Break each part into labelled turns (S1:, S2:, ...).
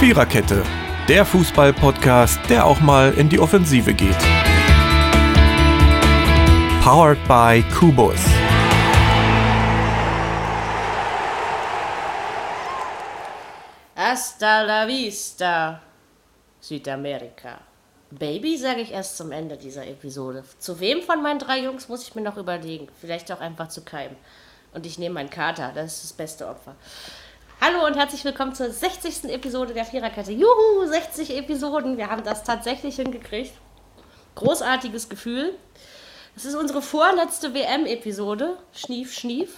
S1: Viererkette, der Fußball-Podcast, der auch mal in die Offensive geht. Powered by Kubus.
S2: Hasta la vista, Südamerika. Baby sage ich erst zum Ende dieser Episode. Zu wem von meinen 3 Jungs muss ich mir noch überlegen? Vielleicht auch einfach zu keinem. Und ich nehme meinen Kater, das ist das beste Opfer. Hallo und herzlich willkommen zur 60. Episode der Viererkette. Juhu, 60 Episoden, wir haben das tatsächlich hingekriegt. Großartiges Gefühl. Das ist unsere vorletzte WM-Episode. Schnief, schnief.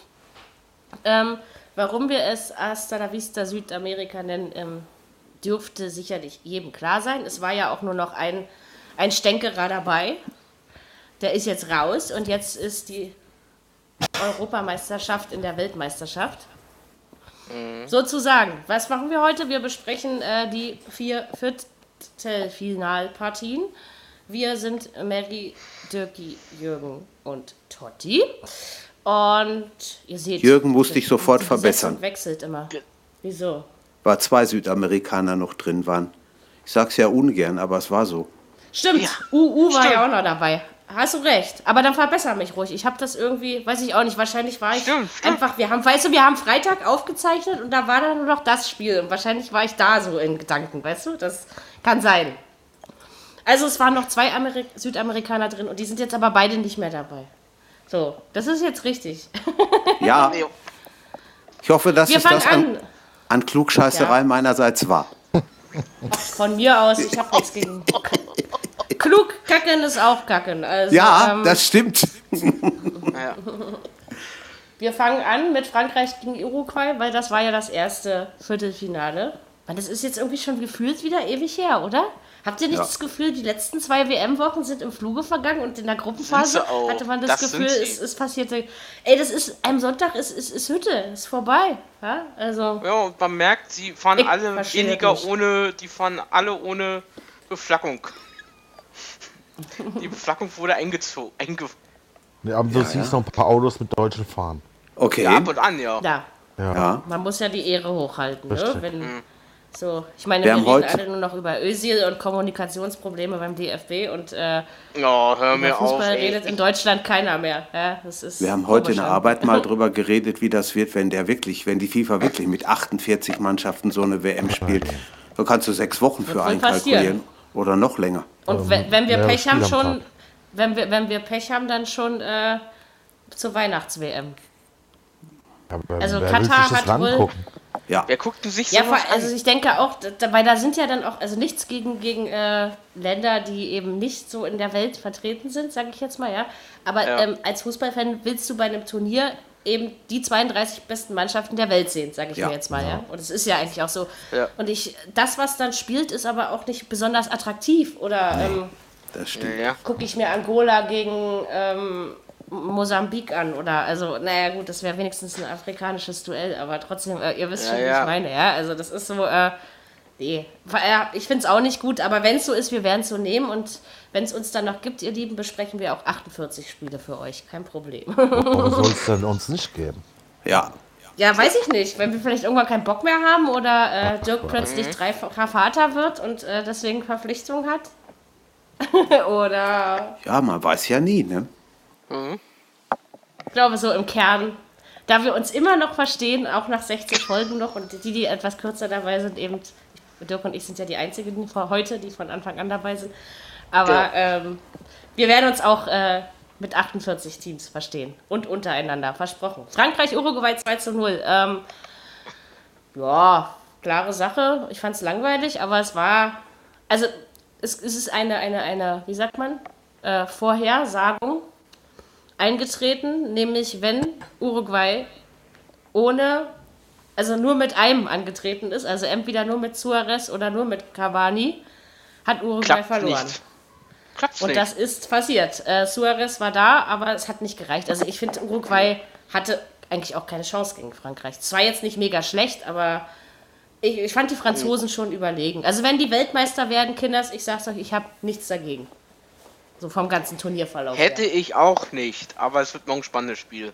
S2: Warum wir es Hasta la Vista Südamerika nennen, dürfte sicherlich jedem klar sein. Es war ja auch nur noch ein Stänkerer dabei. Der ist jetzt raus und jetzt ist die Europameisterschaft in der Weltmeisterschaft. Sozusagen. Was machen wir heute? Wir besprechen die 4 Viertelfinalpartien. Wir sind Mary, Dirki, Jürgen und Totti. Und ihr seht...
S3: Jürgen musste ich sofort verbessern.
S2: Wechselt immer. Wieso?
S3: Weil 2 Südamerikaner noch drin waren. Ich sag's ja ungern, aber es war so.
S2: Stimmt, ja. UU war ja auch noch dabei. Hast du recht. Aber dann verbessere mich ruhig. Ich habe das irgendwie, weiß ich auch nicht, wahrscheinlich war ich einfach, wir haben Freitag aufgezeichnet und da war dann nur noch das Spiel. Und wahrscheinlich war ich da so in Gedanken, weißt du? Das kann sein. Also es waren noch 2 Südamerikaner drin und die sind jetzt aber beide nicht mehr dabei. So, das ist jetzt richtig.
S3: Ja. Ich hoffe, dass es das an Klugscheißerei meinerseits war.
S2: Ach, von mir aus, ich habe nichts gegen... Klug kacken ist auch kacken. Also,
S3: ja, das stimmt.
S2: Wir fangen an mit Frankreich gegen Uruguay, weil das war ja das erste Viertelfinale. Und das ist jetzt irgendwie schon gefühlt wieder ewig her, oder? Habt ihr nicht das Gefühl, die letzten 2 WM-Wochen sind im Fluge vergangen und in der Gruppenphase hatte man das Gefühl, es passierte... Ey, das ist, am Sonntag ist Hütte, ist vorbei. Ja, also,
S4: ja, und man merkt, die fahren alle weniger ohne, die fahren alle ohne Beflaggung. Die Beflaggung wurde eingezogen.
S5: Ja, aber du siehst noch ein paar Autos mit deutschen Fahren.
S3: Okay.
S4: Ja, ab und an, ja.
S2: Man muss ja die Ehre hochhalten, ne? Wenn, so, ich meine,
S3: wir
S2: reden alle nur noch über Özil und Kommunikationsprobleme beim DFB und
S4: hör mir
S2: über Fußball
S4: auf,
S2: redet in Deutschland keiner mehr. Ja, das ist
S3: wir haben heute in der Arbeit mal drüber geredet, wie das wird, wenn die FIFA wirklich mit 48 Mannschaften so eine WM spielt. Da kannst du 6 Wochen für einkalkulieren. Oder noch länger.
S2: Und wenn wir Pech haben, schon, wenn wir Pech haben, dann schon zur Weihnachts-WM. Also Katar hat wohl...
S3: Ja.
S4: Wer guckt denn sich
S2: so
S4: was an?
S2: Also ich denke auch, weil da sind ja dann auch, also nichts gegen Länder, die eben nicht so in der Welt vertreten sind, sage ich jetzt mal, ja. Aber als Fußballfan willst du bei einem Turnier eben die 32 besten Mannschaften der Welt sehen, sage ich mir jetzt mal, ja. Und es ist ja eigentlich auch so. Ja. Und das, was dann spielt, ist aber auch nicht besonders attraktiv. Oder
S3: das stimmt.
S2: Gucke ich mir Angola gegen Mosambik an oder, also, naja gut, das wäre wenigstens ein afrikanisches Duell, aber trotzdem, ihr wisst schon, wie ich meine, ja, also das ist so, nee, ich finde es auch nicht gut, aber wenn es so ist, wir werden es so nehmen und wenn es uns dann noch gibt, ihr Lieben, besprechen wir auch 48 Spiele für euch, kein Problem.
S5: Warum soll es denn uns nicht geben?
S3: Ja.
S2: Ja, weiß ich nicht, wenn wir vielleicht irgendwann keinen Bock mehr haben oder Dirk plötzlich 3-facher Vater wird und deswegen Verpflichtung hat. Oder...
S3: Ja, man weiß ja nie, ne?
S2: Ich glaube, so im Kern, da wir uns immer noch verstehen, auch nach 60 Folgen noch und die etwas kürzer dabei sind, eben, Dirk und ich sind ja die einzigen heute, die von Anfang an dabei sind, aber wir werden uns auch mit 48 Teams verstehen und untereinander, versprochen. Frankreich, Uruguay 2:0. Ja, klare Sache, ich fand es langweilig, aber es war, also es ist eine wie sagt man, Vorhersagung eingetreten, nämlich wenn Uruguay nur mit einem angetreten ist, also entweder nur mit Suarez oder nur mit Cavani, hat Uruguay verloren. Und das ist passiert. Suarez war da, aber es hat nicht gereicht. Also ich finde, Uruguay hatte eigentlich auch keine Chance gegen Frankreich. Es war jetzt nicht mega schlecht, aber ich fand die Franzosen schon überlegen. Also wenn die Weltmeister werden, Kinders, ich sag's euch, ich habe nichts dagegen. So vom ganzen Turnierverlauf.
S4: Hätte ich auch nicht, aber es wird morgen ein spannendes Spiel.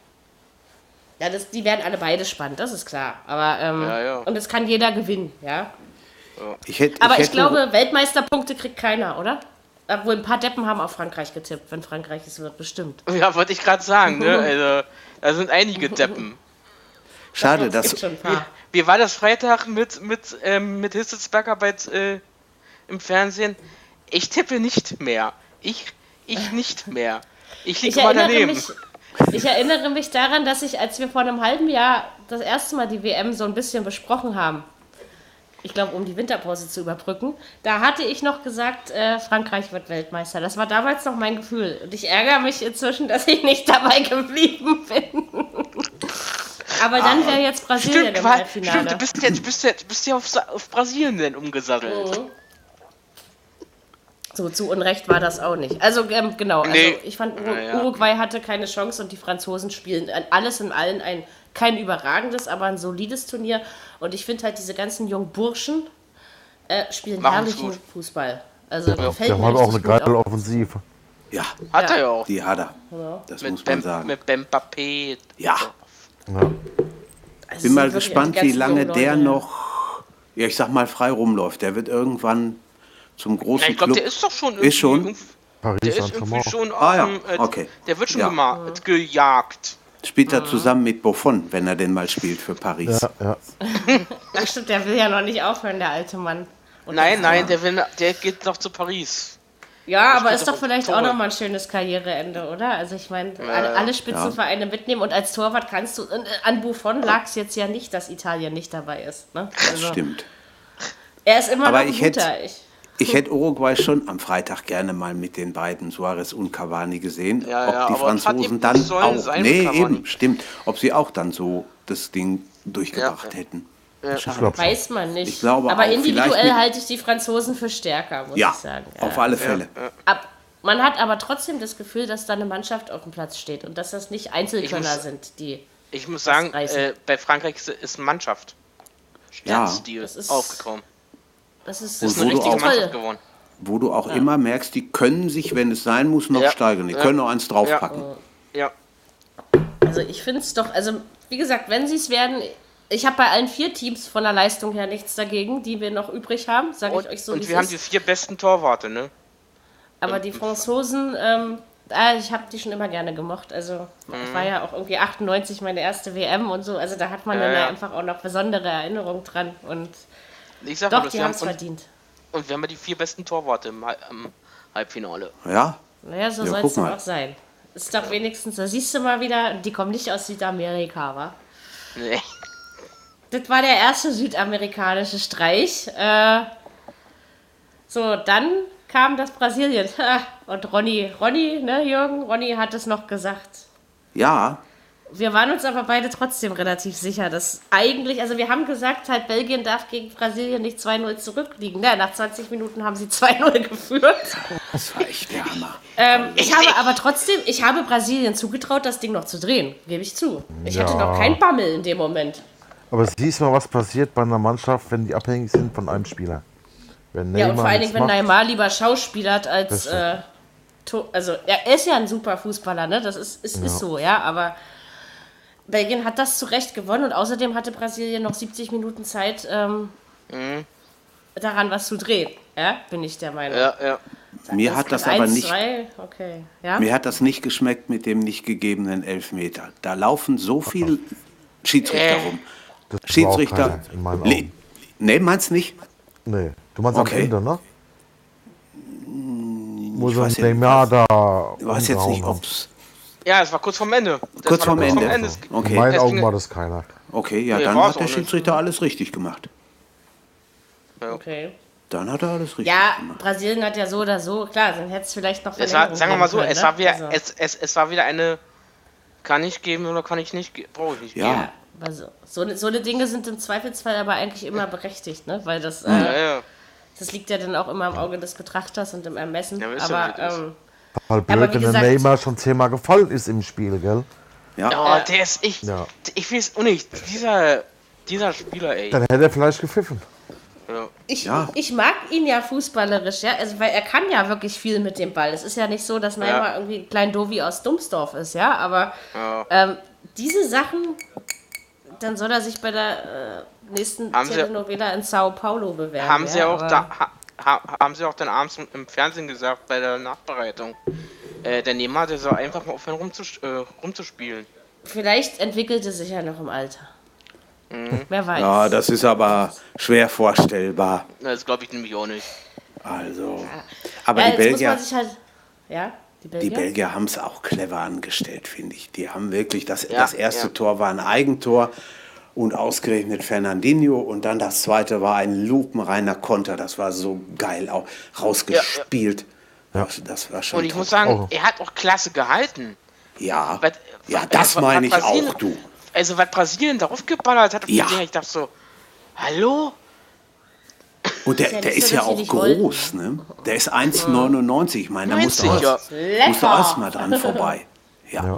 S2: Ja, die werden alle beide spannend, das ist klar. Aber und es kann jeder gewinnen, ja. Ich glaube, Weltmeisterpunkte kriegt keiner, oder? Obwohl ein paar Deppen haben auf Frankreich getippt, wenn Frankreich es wird, bestimmt.
S4: Ja, wollte ich gerade sagen, ne? Also, da sind einige Deppen.
S3: Schade, dass...
S4: Wie war das Freitag mit Hitzelsberger im Fernsehen? Ich tippe nicht mehr. Ich nicht mehr. Ich liege mal daneben.
S2: Ich erinnere mich daran, dass als wir vor einem halben Jahr das erste Mal die WM so ein bisschen besprochen haben, ich glaube, um die Winterpause zu überbrücken, da hatte ich noch gesagt, Frankreich wird Weltmeister. Das war damals noch mein Gefühl. Und ich ärgere mich inzwischen, dass ich nicht dabei geblieben bin. Aber dann wäre jetzt Brasilien im Halbfinale.
S4: Stimmt, du bist ja auf Brasilien denn umgesattelt.
S2: Mhm. So, zu Unrecht war das auch nicht. Also, genau. Also, ich fand, Uruguay hatte keine Chance und die Franzosen spielen alles in allem kein überragendes, aber ein solides Turnier. Und ich finde halt, diese ganzen jungen Burschen spielen herrlichen Fußball. Also,
S5: der hat auch eine geile Offensive.
S3: Ja,
S4: hat er ja auch.
S3: Die hat er. Ja. Das muss man sagen.
S4: Mit Mbappé.
S3: Ja. Also bin mal gespannt, wie lange der noch, ich sag mal, frei rumläuft. Der wird irgendwann zum großen Club.
S4: Ich glaube, der ist doch schon irgendwie.
S3: Ist schon?
S4: Der ist irgendwie schon
S3: okay.
S4: Der wird schon gejagt.
S3: Spielt er zusammen mit Buffon, wenn er denn mal spielt für Paris.
S5: Ja.
S2: Ach stimmt, der will ja noch nicht aufhören, der alte Mann.
S4: Nein, der geht noch zu Paris.
S2: Ja, aber ist doch vielleicht auch nochmal ein schönes Karriereende, oder? Also ich meine, alle Spitzenvereine mitnehmen und als Torwart kannst du, an Buffon lag es jetzt ja nicht, dass Italien nicht dabei ist. Ne?
S3: Also, das stimmt.
S2: Er ist immer noch ein guter.
S3: Ich hätte Uruguay schon am Freitag gerne mal mit den beiden, Suarez und Cavani, gesehen. Ob die Franzosen dann auch... Nee, eben, stimmt. Ob sie auch dann so das Ding durchgebracht hätten.
S2: Ja. Weiß man nicht.
S3: Ich glaube
S2: aber
S3: auch,
S2: individuell halte ich die Franzosen für stärker, muss ich sagen.
S3: Ja, auf alle Fälle.
S2: Man hat aber trotzdem das Gefühl, dass da eine Mannschaft auf dem Platz steht und dass das nicht Einzelkönner sind, die...
S4: Ich muss sagen, bei Frankreich ist Mannschaft. Sternenstil aufgekommen.
S2: Das ist
S4: eine richtige Mannschaft geworden.
S3: Wo du auch immer merkst, die können sich, wenn es sein muss, noch steigern. Die können noch eins draufpacken.
S4: Ja.
S2: Also ich finde es doch, also wie gesagt, wenn sie es werden... Ich habe bei allen 4 Teams von der Leistung her nichts dagegen, die wir noch übrig haben, sage ich euch so.
S4: Und wir haben die 4 besten Torwarte, ne?
S2: Aber die Franzosen, ich habe die schon immer gerne gemocht. Also ich war ja auch irgendwie 98 meine erste WM und so. Also da hat man dann einfach auch noch besondere Erinnerungen dran. Und
S4: ich sag
S2: doch, die haben es verdient.
S4: Und wir haben ja die 4 besten Torwarte im Halbfinale.
S3: Ja?
S2: Naja, so soll es auch sein. Ist doch wenigstens, da siehst du mal wieder, die kommen nicht aus Südamerika, wa?
S4: Nee.
S2: Das war der erste südamerikanische Streich. So, dann kam das Brasilien. Und Ronny, ne, Jürgen? Ronny hat es noch gesagt.
S3: Ja.
S2: Wir waren uns aber beide trotzdem relativ sicher, dass eigentlich, also wir haben gesagt, halt Belgien darf gegen Brasilien nicht 2-0 zurückliegen. Ja, nach 20 Minuten haben sie 2-0 geführt.
S3: Das war echt der Hammer.
S2: Ich habe Brasilien zugetraut, das Ding noch zu drehen, gebe ich zu. Ich hatte noch keinen Bammel in dem Moment.
S5: Aber siehst mal, was passiert bei einer Mannschaft, wenn die abhängig sind von einem Spieler.
S2: Und vor allen Dingen, wenn Neymar lieber schauspielert als... also, er ist ja ein super Fußballer, ne? Das ist so, ja, aber... Belgien hat das zu Recht gewonnen und außerdem hatte Brasilien noch 70 Minuten Zeit, daran was zu drehen. Ja, bin ich der Meinung.
S4: Ja.
S3: Mir hat das aber nicht.
S2: Okay. Ja?
S3: Mir hat das nicht geschmeckt mit dem nicht gegebenen Elfmeter. Da laufen so viele Schiedsrichter rum. Schiedsrichter. Nee, meinst du nicht?
S5: Nee. Du meinst am Ende, ne?
S3: Ich weiß jetzt nicht, ob's.
S4: Ja, es war kurz vorm Ende.
S3: Kurz vorm Ende.
S5: Okay. In meinen Augen war das keiner.
S3: Okay, ja, dann hat der Schiedsrichter alles richtig gemacht.
S2: Okay.
S3: Dann hat er alles richtig
S2: gemacht.
S3: Ja,
S2: Brasilien hat ja so oder so, klar, dann hätte es vielleicht noch
S4: Sagen wir mal so,
S2: können,
S4: es war wieder eine, kann ich geben oder kann ich nicht geben, brauche ich nicht geben.
S2: Ja, also, so eine Dinge sind im Zweifelsfall aber eigentlich immer berechtigt, ne? Weil das, das liegt ja dann auch immer im Auge des Betrachters und im Ermessen. Ja, aber,
S5: halt blöd, wenn der Neymar schon 10-mal gefallen ist im Spiel, gell?
S3: Ja.
S4: Oh, der ist echt. Ja. Ich weiß auch nicht, dieser Spieler, ey.
S5: Dann hätte er vielleicht gepfiffen.
S4: Ja.
S2: Ich mag ihn ja fußballerisch, ja, also weil er kann ja wirklich viel mit dem Ball. Es ist ja nicht so, dass Neymar irgendwie ein klein Dovi aus Dummsdorf ist, ja, aber diese Sachen, dann soll er sich bei der nächsten Telenovela in Sao Paulo bewerben.
S4: Haben sie auch dann abends im Fernsehen gesagt, bei der Nachbereitung. Der Neymar, der soll einfach mal aufhören rumzuspielen.
S2: Vielleicht entwickelt es sich ja noch im Alter. Wer weiß.
S3: Ja, das ist aber schwer vorstellbar.
S4: Das glaube ich nämlich auch nicht.
S3: Also, aber die Belgier...
S2: Die
S3: Belgier haben es auch clever angestellt, finde ich. Die haben wirklich, das erste Tor war ein Eigentor und ausgerechnet Fernandinho und dann das zweite war ein lupenreiner Konter. Das war so geil auch rausgespielt. Ja. Das war schon
S4: und ich muss sagen, er hat auch klasse gehalten.
S3: Ja, das meine ich auch, du.
S4: Also, was Brasilien darauf geballert hat, ich dachte so, hallo?
S3: Und der ist ja auch groß, ne? Der ist 1,99. Ich meine, da musst du erst mal dran vorbei. Ja.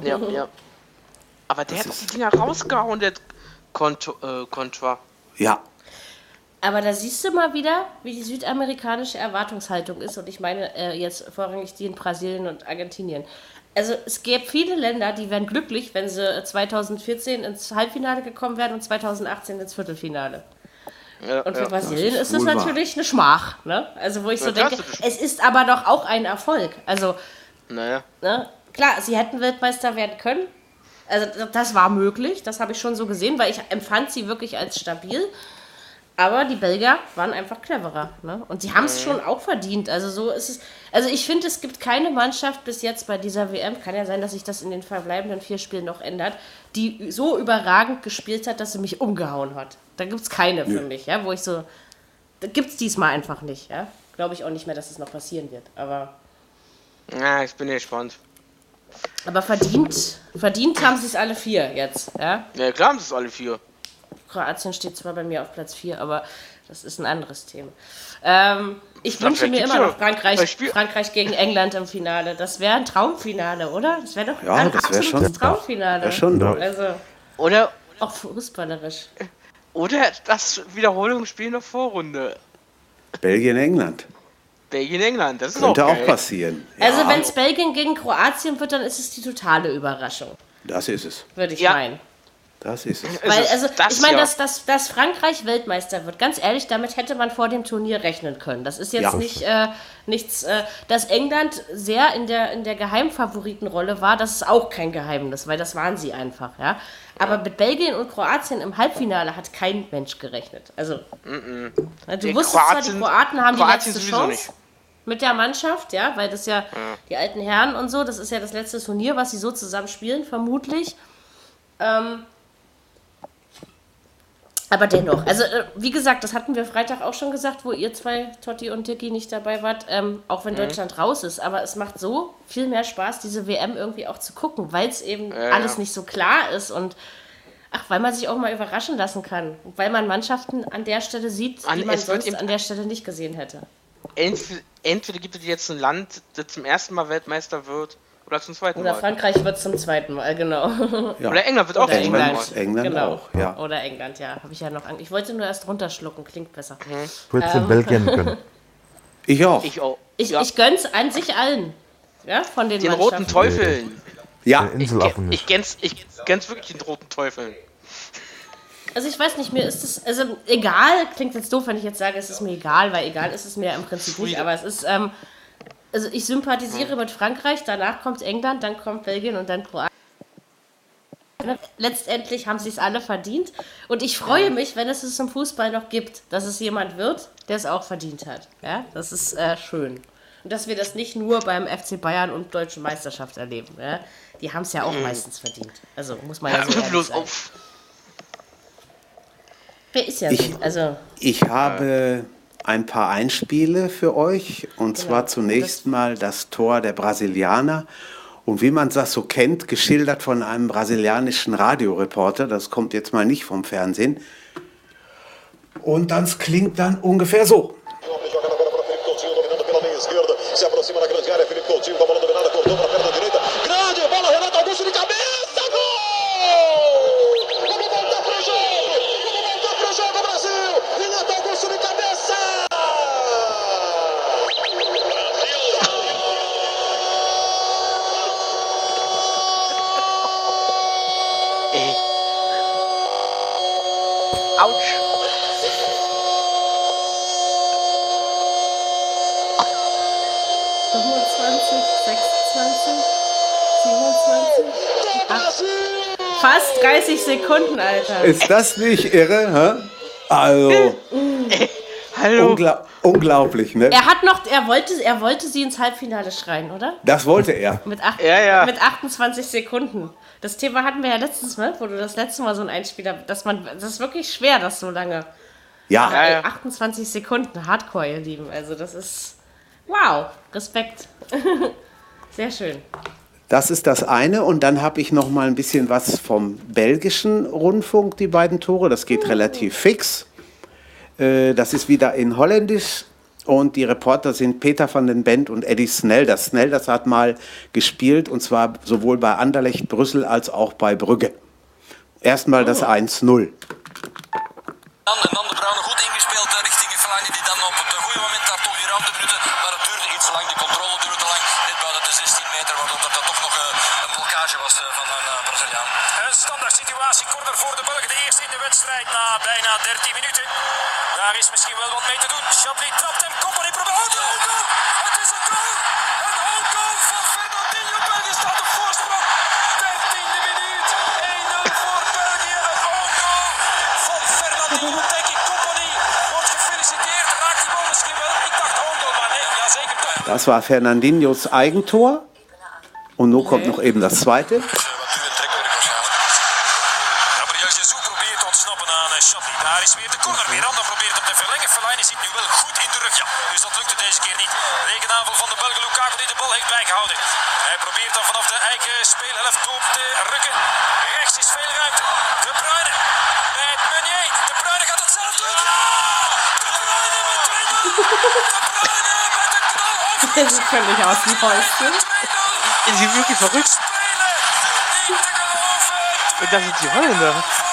S4: Aber der hat auch die Dinger rausgehauen, der Contra.
S3: Ja.
S2: Aber da siehst du mal wieder, wie die südamerikanische Erwartungshaltung ist. Und ich meine jetzt vorrangig die in Brasilien und Argentinien. Also es gäbe viele Länder, die wären glücklich, wenn sie 2014 ins Halbfinale gekommen wären und 2018 ins Viertelfinale. Und für Brasilien ist es natürlich eine Schmach. Ne? Also wo ich so denke, es ist aber doch auch ein Erfolg. Also, ne? Klar, sie hätten Weltmeister werden können. Also das war möglich, das habe ich schon so gesehen, weil ich empfand sie wirklich als stabil. Aber die Belgier waren einfach cleverer. Ne? Und sie haben es schon auch verdient. Also so ist es. Also ich finde, es gibt keine Mannschaft bis jetzt bei dieser WM, kann ja sein, dass sich das in den verbleibenden 4 Spielen noch ändert, die so überragend gespielt hat, dass sie mich umgehauen hat. Da gibt es keine für mich, ja, wo ich so. Da gibt es diesmal einfach nicht, ja. Glaube ich auch nicht mehr, dass es noch passieren wird. Aber.
S4: Ja, ich bin gespannt.
S2: Aber verdient haben sie es alle 4 jetzt, ja?
S4: Ja, klar haben sie es alle 4.
S2: Kroatien steht zwar bei mir auf Platz 4, aber das ist ein anderes Thema. Ich wünsche mir immer noch Frankreich gegen England im Finale. Das wäre ein Traumfinale, oder? Das wäre doch ein absolutes Traumfinale.
S3: Wäre schon toll.
S2: Also,
S4: oder
S2: auch fußballerisch.
S4: Oder das Wiederholungsspiel in der Vorrunde.
S3: Belgien-England.
S4: Belgien-England, das ist
S3: könnte auch passieren.
S2: Also wenn es Belgien gegen Kroatien wird, dann ist es die totale Überraschung.
S3: Das ist es.
S2: Würde ich meinen.
S3: Das ist es.
S2: Weil, also, ich meine, dass Frankreich Weltmeister wird, ganz ehrlich, damit hätte man vor dem Turnier rechnen können. Das ist jetzt nichts, dass England sehr in der Geheimfavoritenrolle war, das ist auch kein Geheimnis, weil das waren sie einfach, ja. Aber mit Belgien und Kroatien im Halbfinale hat kein Mensch gerechnet. Also, du wusstest zwar, die Kroaten haben die letzte Chance mit der Mannschaft, ja, weil das ja die alten Herren und so, das ist ja das letzte Turnier, was sie so zusammen spielen, vermutlich. Aber dennoch, also wie gesagt, das hatten wir Freitag auch schon gesagt, wo ihr zwei, Totti und Dicky, nicht dabei wart, auch wenn Deutschland raus ist, aber es macht so viel mehr Spaß, diese WM irgendwie auch zu gucken, weil es eben alles nicht so klar ist und weil man sich auch mal überraschen lassen kann, weil man Mannschaften an der Stelle sieht, die man sonst an der Stelle nicht gesehen hätte.
S4: Entweder gibt es jetzt ein Land, das zum ersten Mal Weltmeister wird, oder zum zweiten Mal.
S2: Oder Frankreich wird zum zweiten Mal, genau.
S3: Ja.
S4: Oder England wird auch zum zweiten Mal.
S3: England
S2: genau.
S3: auch, ja.
S2: Oder England, ja. Habe ich ja noch Ich wollte nur erst runterschlucken, klingt besser.
S5: Du hättest in Belgien können.
S3: Ich auch.
S2: Ich gönn's an sich allen. Ja, von den
S4: roten Teufeln.
S3: Ja.
S4: Ich gönn's wirklich den roten Teufeln.
S2: Also ich weiß nicht, mir ist es, also egal, klingt jetzt doof, wenn ich jetzt sage, es ist mir egal, weil egal ist es mir im Prinzip nicht, aber es ist, also ich sympathisiere mit Frankreich, danach kommt England, dann kommt Belgien und dann Kroatien. Letztendlich haben sie es alle verdient und ich freue mich, wenn es im Fußball noch gibt, dass es jemand wird, der es auch verdient hat. Ja, das ist schön. Und dass wir das nicht nur beim FC Bayern und Deutschen Meisterschaft erleben. Ja? Die haben es ja auch meistens verdient. Also muss man ja so ehrlich sagen. Ist ja so.
S3: Ich habe ein paar Einspiele für euch und zwar zunächst mal das Tor der Brasilianer und wie man das so kennt, geschildert von einem brasilianischen Radioreporter, das kommt jetzt mal nicht vom Fernsehen und das klingt dann ungefähr so.
S4: Autsch.
S2: Fast 30 Sekunden, Alter.
S3: Ist das nicht irre, hä? Also,
S4: hallo.
S3: Unglaublich, ne?
S2: Er wollte sie ins Halbfinale schreien, oder?
S3: Das wollte er.
S2: Mit 28 Sekunden. Das Thema hatten wir ja letztens, ne? Wo du das letzte Mal so ein Einspieler, das ist wirklich schwer, das so lange.
S3: Ja.
S2: 28 Sekunden, Hardcore, ihr Lieben. Also das ist, wow, Respekt. Sehr schön.
S3: Das ist das eine. Und dann habe ich noch mal ein bisschen was vom belgischen Rundfunk, die beiden Tore. Das geht relativ fix. Das ist wieder in Holländisch. Und die Reporter sind Peter van den Bent und Eddie Snell. Das hat mal gespielt. Und zwar sowohl bei Anderlecht Brüssel als auch bei Brugge. Erstmal das 1-0.
S6: En dan de Bruyne goed ingespeeld richting Fellaini, die dan op het goede moment daar toch die ruimte benutte. Maar het duurde iets te lang, de controle duurde te lang. Net buiten de 16 meter, waardoor dat toch nog een blokkage was van een Braziliaan. Een standaard situatie, corner voor de Belgen. De eerste in de wedstrijd na bijna 13 minuten. Daar is misschien wel wat mee te doen. Chablis trapt hem, Kompany probeert. Oh, een goal! Het is een goal! Een goal van Fernandinho. België staat op voorsprong. 13e minuut. 1-0 voor België. Een goal van Fernandinho. Denk ik, Kompany wordt gefeliciteerd. Raakt die bal misschien wel? Ik dacht goal, maar nee, ja zeker toch.
S3: Das war Fernandinhos Eigentor. Und nun kommt noch eben das zweite.
S6: Daar is weer de corner. Miranda probeert hem te verlengen. Fellaini zit nu wel goed in de rug. Ja, dus dat lukte deze keer niet. Regenaanval van de Belgen Lukaku die de bal heeft bijgehouden. Hij probeert dan vanaf de eigen speelhelft door te rukken. Rechts is veel ruimte. De Bruyne met Meunier. De Bruyne gaat het zelf doen. Ja! De Bruyne met 2-0. De Bruyne met de knal over.
S2: Das ist völlig aus dem Häuschen.
S4: Ist sie wirklich verrückt? Und das sind die Holländer.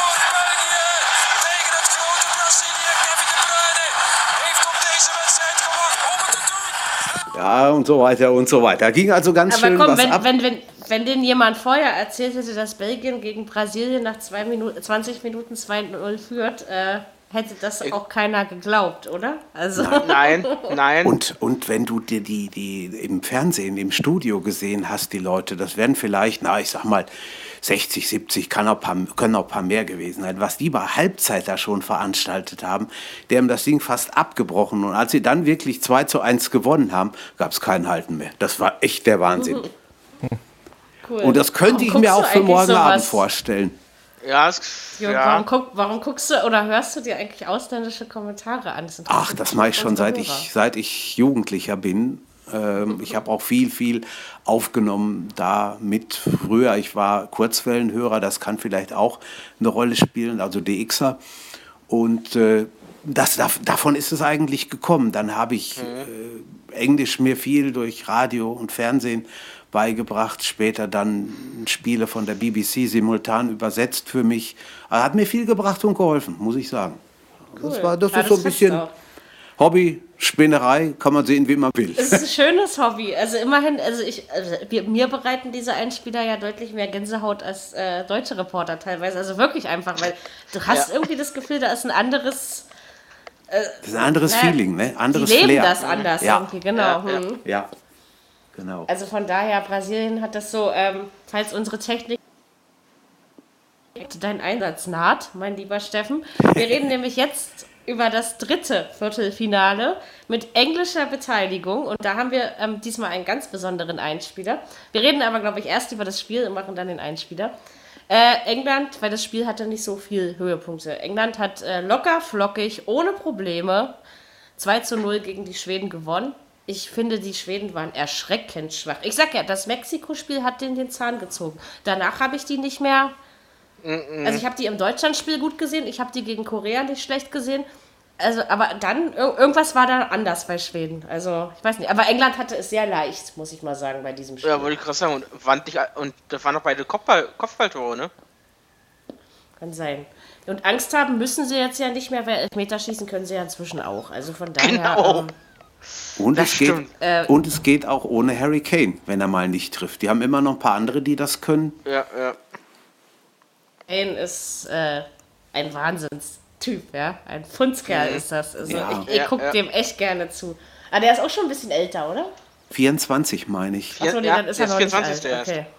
S3: Ja, und so weiter und so weiter. Ging also ganz schön
S2: was
S3: ab.
S2: Wenn den jemand vorher erzählt hätte, dass Belgien gegen Brasilien nach 20 Minuten 2-0 führt, hätte das auch keiner geglaubt, oder? Also.
S4: Nein.
S3: Und wenn du dir die im Fernsehen, im Studio gesehen hast, die Leute, das werden vielleicht, ich sag mal, 60, 70, können auch ein paar mehr gewesen sein. Was die bei Halbzeit da schon veranstaltet haben, die haben das Ding fast abgebrochen. Und als sie dann wirklich 2-1 gewonnen haben, gab es kein Halten mehr. Das war echt der Wahnsinn. Cool. Und das könnte ich mir auch für morgen Abend vorstellen.
S4: Ja,
S2: warum guckst du oder hörst du dir eigentlich ausländische Kommentare an?
S3: Das mache ich schon seit ich Jugendlicher bin. Ich habe auch viel aufgenommen da mit früher. Ich war Kurzwellenhörer, das kann vielleicht auch eine Rolle spielen, also DXer. Und davon ist es eigentlich gekommen. Dann habe ich Englisch mir viel durch Radio und Fernsehen beigebracht, später dann Spiele von der BBC simultan übersetzt für mich. Hat mir viel gebracht und geholfen, muss ich sagen. Cool. Das ist so ein bisschen Hobby, Spinnerei, kann man sehen, wie man will.
S2: Es ist ein schönes Hobby. Also immerhin, mir bereiten diese Einspieler ja deutlich mehr Gänsehaut als deutsche Reporter teilweise. Also wirklich einfach, weil du hast irgendwie das Gefühl, da ist ein anderes...
S3: das ist ein anderes Feeling, ne? Anderes
S2: die leben
S3: Flair.
S2: Das anders irgendwie, genau.
S3: Ja, genau.
S2: Also von daher, Brasilien hat das so, falls unsere Technik dein Einsatz naht, mein lieber Steffen. Wir reden nämlich jetzt über das dritte Viertelfinale mit englischer Beteiligung und da haben wir diesmal einen ganz besonderen Einspieler. Wir reden aber, glaube ich, erst über das Spiel und machen dann den Einspieler. England, weil das Spiel hatte nicht so viel Höhepunkte. England hat locker, flockig, ohne Probleme 2-0 gegen die Schweden gewonnen. Ich finde, die Schweden waren erschreckend schwach. Ich sag ja, das Mexiko-Spiel hat denen den Zahn gezogen. Danach habe ich die nicht mehr... Also ich habe die im Deutschlandspiel gut gesehen, ich habe die gegen Korea nicht schlecht gesehen. Also, aber dann, irgendwas war da anders bei Schweden. Also, ich weiß nicht. Aber England hatte es sehr leicht, muss ich mal sagen, bei diesem Spiel.
S4: Ja, wollte ich gerade sagen. Und das waren noch beide Kopfballtore, ne?
S2: Kann sein. Und Angst haben müssen sie jetzt ja nicht mehr, weil Elfmeterschießen können sie ja inzwischen auch. Also von daher...
S4: Genau.
S3: Und es geht auch ohne Harry Kane, wenn er mal nicht trifft. Die haben immer noch ein paar andere, die das können.
S4: Ja.
S2: Kane ist ein Wahnsinns Typ, ja. Ein Fundskerl ist das. Also ich gucke dem echt gerne zu. Aber der ist auch schon ein bisschen älter, oder?
S3: 24, meine ich.
S2: Achso, nee, dann ist er noch 24 nicht alt. Okay.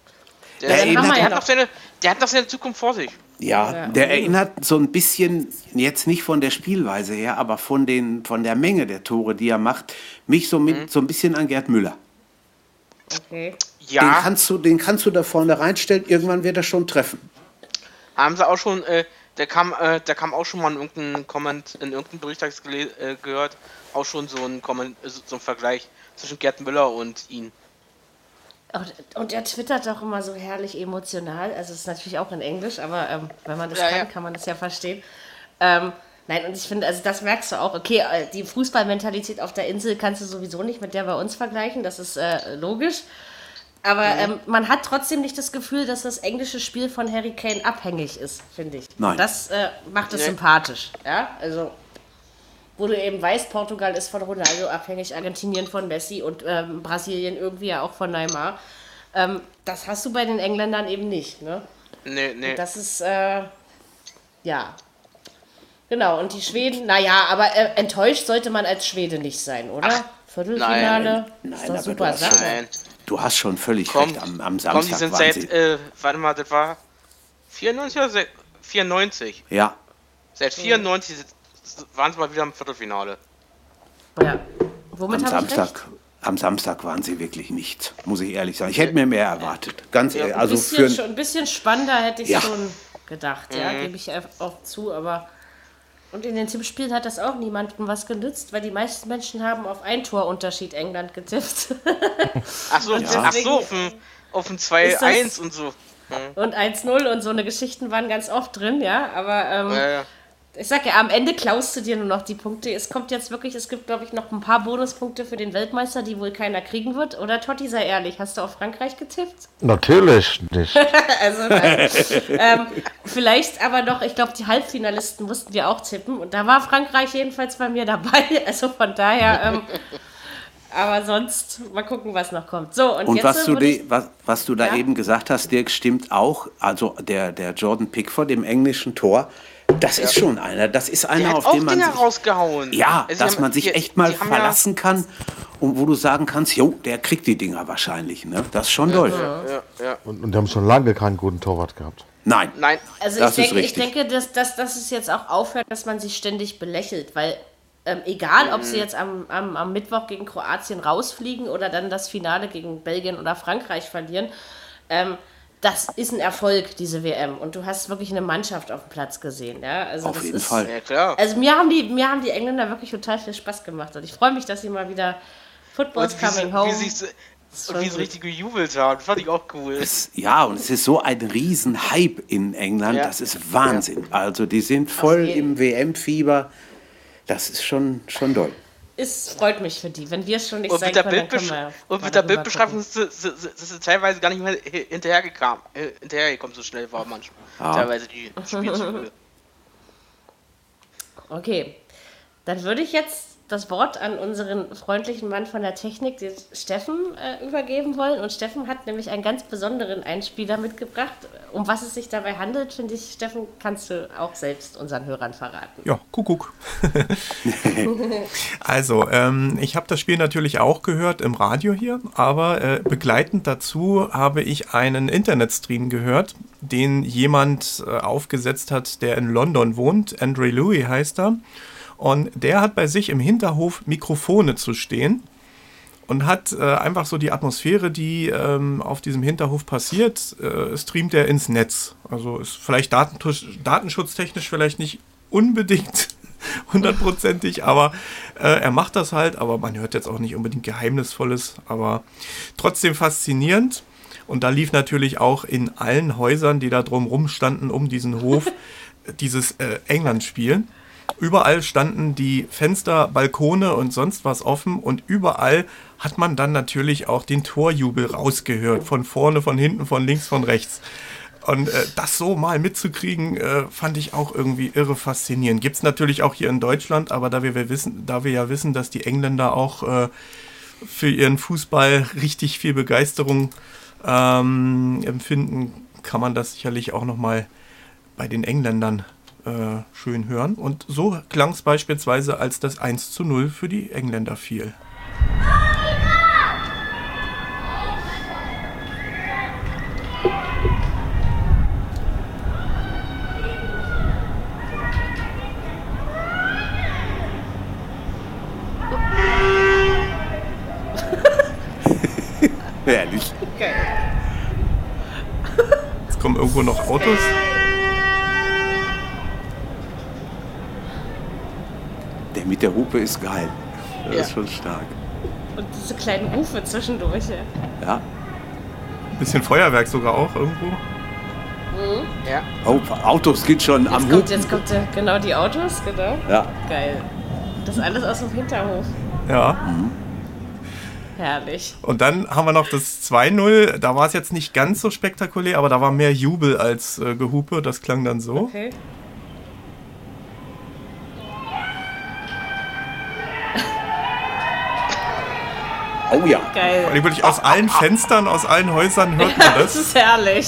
S4: Der hat noch seine Zukunft vor sich.
S3: Ja, der erinnert so ein bisschen, jetzt nicht von der Spielweise her, aber von der Menge der Tore, die er macht, mich so ein bisschen an Gerd Müller.
S2: Okay.
S3: Ja. Den kannst du da vorne reinstellen, irgendwann wird er schon treffen.
S4: Haben sie auch schon, der kam auch schon mal in irgendeinem Bericht, habe ich gehört, auch schon so ein Vergleich zwischen Gerd Müller und ihn.
S2: Und er twittert doch immer so herrlich emotional, also es ist natürlich auch in Englisch, aber wenn man das kann, kann man das ja verstehen. Nein, und ich finde, also das merkst du auch, okay, die Fußballmentalität auf der Insel kannst du sowieso nicht mit der bei uns vergleichen, das ist logisch. Aber man hat trotzdem nicht das Gefühl, dass das englische Spiel von Harry Kane abhängig ist, finde ich.
S3: Nein.
S2: Das macht es sympathisch. Ja? Also, wo du eben weißt, Portugal ist von Ronaldo abhängig, Argentinien von Messi und Brasilien irgendwie ja auch von Neymar. Das hast du bei den Engländern eben nicht. Ne?
S4: Nee.
S2: Und das ist, ja. Genau, und die Schweden, aber enttäuscht sollte man als Schwede nicht sein, oder?
S4: Ach,
S2: Viertelfinale?
S3: Nein,
S2: ist doch super Sache.
S3: Du hast schon völlig recht, am Samstag
S4: die sind seit, warte mal, das war 94 oder 94?
S3: Ja.
S4: Seit 94 waren sie mal wieder im Viertelfinale.
S2: Ja. Womit
S3: Am Samstag waren sie wirklich nichts, muss ich ehrlich sagen. Ich hätte mir mehr erwartet. Ganz ehrlich. Also
S2: ein bisschen spannender hätte ich schon gedacht, gebe ich auch zu, aber... Und in den Tippspielen hat das auch niemandem was genützt, weil die meisten Menschen haben auf ein Torunterschied England getippt.
S4: Ach so, auf ein 2-1 und so.
S2: Und 1-0 und so eine Geschichten waren ganz oft drin, aber ich sag ja, am Ende klaust du dir nur noch die Punkte. Es gibt, glaube ich, noch ein paar Bonuspunkte für den Weltmeister, die wohl keiner kriegen wird. Oder Totti, sei ehrlich, hast du auf Frankreich getippt?
S5: Natürlich nicht.
S2: Also nein. Vielleicht aber doch, ich glaube, die Halbfinalisten mussten wir auch tippen. Und da war Frankreich jedenfalls bei mir dabei. Also von daher, aber sonst mal gucken, was noch kommt. So, und jetzt
S3: was du da eben gesagt hast, Dirk, stimmt auch. Also der Jordan Pickford im englischen Tor, das ist schon einer. Das ist einer, auf den man
S4: rausgehauen.
S3: Ja, also dass man sich echt mal verlassen kann und wo du sagen kannst, jo, der kriegt die Dinger wahrscheinlich. Ne? Das ist schon doll.
S5: Ja. Und die haben schon lange keinen guten Torwart gehabt.
S3: Nein.
S2: Also ich denke, dass es jetzt auch aufhört, dass man sich ständig belächelt, weil egal, ob sie jetzt am Mittwoch gegen Kroatien rausfliegen oder dann das Finale gegen Belgien oder Frankreich verlieren, das ist ein Erfolg, diese WM. Und du hast wirklich eine Mannschaft auf dem Platz gesehen. Ja? Also
S3: auf jeden Fall.
S4: Ja, klar.
S2: Also mir haben die Engländer wirklich total viel Spaß gemacht. Und ich freue mich, dass sie mal wieder Football's coming home.
S4: Wie sie richtig gejubelt haben. Das fand ich auch cool.
S3: Und es ist so ein Riesenhype in England. Ja. Das ist Wahnsinn. Ja. Also die sind voll im WM-Fieber. Das ist schon doll.
S2: Es freut mich für die. Wenn wir es schon nicht sein können, dann können wir.
S4: Und mit der Bildbeschreibung sind sie teilweise gar nicht mehr hinterhergekommen, so schnell war manchmal. Teilweise die Spielzüge.
S2: Okay, dann würde ich jetzt das Wort an unseren freundlichen Mann von der Technik, den Steffen, übergeben wollen. Und Steffen hat nämlich einen ganz besonderen Einspieler mitgebracht. Um was es sich dabei handelt, finde ich, Steffen, kannst du auch selbst unseren Hörern verraten.
S1: Ja, Kuckuck. Also, ich habe das Spiel natürlich auch gehört im Radio hier, aber begleitend dazu habe ich einen Internetstream gehört, den jemand aufgesetzt hat, der in London wohnt. Andrew Louis heißt er. Und der hat bei sich im Hinterhof Mikrofone zu stehen und hat einfach so die Atmosphäre, die auf diesem Hinterhof passiert, streamt er ins Netz. Also ist vielleicht datenschutztechnisch vielleicht nicht unbedingt hundertprozentig, aber er macht das halt, aber man hört jetzt auch nicht unbedingt Geheimnisvolles, aber trotzdem faszinierend. Und da lief natürlich auch in allen Häusern, die da drumherum standen, um diesen Hof, dieses England-Spiel. Überall standen die Fenster, Balkone und sonst was offen und überall hat man dann natürlich auch den Torjubel rausgehört. Von vorne, von hinten, von links, von rechts. Und das so mal mitzukriegen, fand ich auch irgendwie irre faszinierend. Gibt es natürlich auch hier in Deutschland, aber da wir ja wissen, dass die Engländer auch für ihren Fußball richtig viel Begeisterung empfinden, kann man das sicherlich auch nochmal bei den Engländern schön hören. Und so klang es beispielsweise, als das 1:0 für die Engländer fiel.
S3: Herrlich.
S2: Geil.
S1: Jetzt kommen irgendwo noch Autos.
S3: Der mit der Hupe ist geil. Das ist schon stark.
S2: Und diese kleinen Rufe zwischendurch.
S3: Ja.
S1: Ein bisschen Feuerwerk sogar auch irgendwo.
S4: Ja.
S3: Oh, Autos geht schon am Hupen.
S2: Jetzt kommt genau die Autos, genau.
S3: Ja.
S2: Geil. Das alles aus dem Hinterhof.
S1: Ja.
S2: Herrlich.
S1: Und dann haben wir noch das 2:0. Da war es jetzt nicht ganz so spektakulär, aber da war mehr Jubel als Gehupe. Das klang dann so.
S2: Okay.
S3: Oh ja.
S2: Geil.
S1: Weil wirklich aus allen Fenstern, aus allen Häusern hört man
S2: Das
S1: das.
S2: ist herrlich.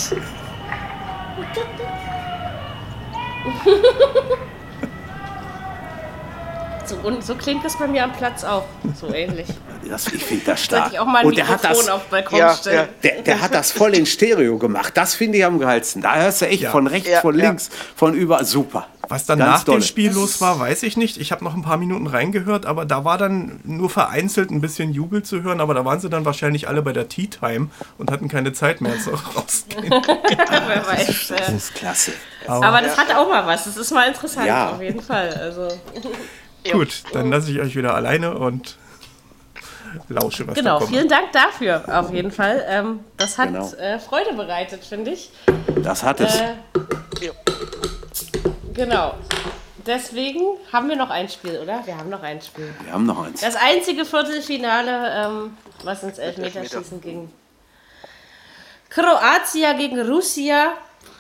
S2: So klingt es bei mir am Platz auch. So ähnlich.
S3: Ich finde das stark.
S2: Sollte ich auch mal ein
S3: Und der hat
S2: Mikrofon
S3: das,
S2: auf den Balkon stellen.
S3: der hat das voll in Stereo gemacht. Das finde ich am geilsten. Da hörst du echt von rechts, von links, von überall. Super.
S1: Was dann
S3: Ganz
S1: nach dem
S3: dolle.
S1: Spiel los war, weiß ich nicht. Ich habe noch ein paar Minuten reingehört, aber da war dann nur vereinzelt ein bisschen Jubel zu hören. Aber da waren sie dann wahrscheinlich alle bei der Tea Time und hatten keine Zeit mehr zu rauszugehen.
S2: Wer weiß.
S3: Das ist klasse.
S2: Aber das hat auch mal was. Das ist mal interessant,
S3: Ja.
S2: auf jeden Fall. Also.
S1: Gut, dann lasse ich euch wieder alleine und lausche, was da
S2: Genau,
S1: kommt.
S2: vielen Dank dafür, auf jeden Fall. Das hat
S3: Genau.
S2: Freude bereitet, finde ich.
S3: Das hat es.
S2: Genau. Deswegen haben wir noch ein Spiel, oder? Wir haben noch ein Spiel.
S3: Wir haben noch eins.
S2: Das einzige Viertelfinale, was ins Elfmeterschießen ging. Kroatien gegen Russia.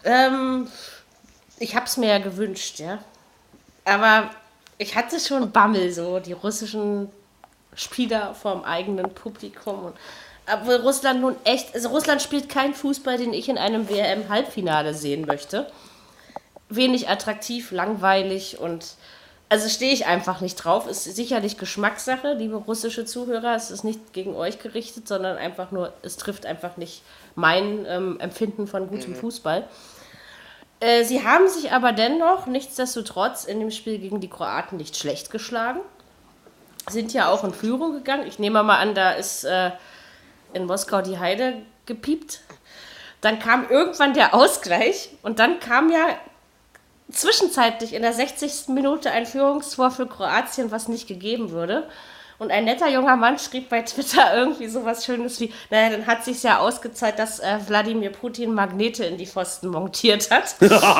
S2: Ich habe es mir ja gewünscht, ja. Aber ich hatte schon Bammel, so die russischen Spieler vorm eigenen Publikum. Obwohl Russland nun echt, also Russland spielt keinen Fußball, den ich in einem WM-Halbfinale sehen möchte. Wenig attraktiv, langweilig und also stehe ich einfach nicht drauf. Ist sicherlich Geschmackssache, liebe russische Zuhörer. Es ist nicht gegen euch gerichtet, sondern einfach nur, es trifft einfach nicht mein Empfinden von gutem Fußball. Sie haben sich aber dennoch, nichtsdestotrotz, in dem Spiel gegen die Kroaten nicht schlecht geschlagen. Sind ja auch in Führung gegangen. Ich nehme mal an, da ist in Moskau die Heide gepiept. Dann kam irgendwann der Ausgleich und dann kam ja zwischenzeitlich in der 60. Minute ein Führungstor für Kroatien, was nicht gegeben würde. Und ein netter junger Mann schrieb bei Twitter irgendwie sowas Schönes wie, naja, dann hat sich's ja ausgezahlt, dass Wladimir Putin Magnete in die Pfosten montiert hat.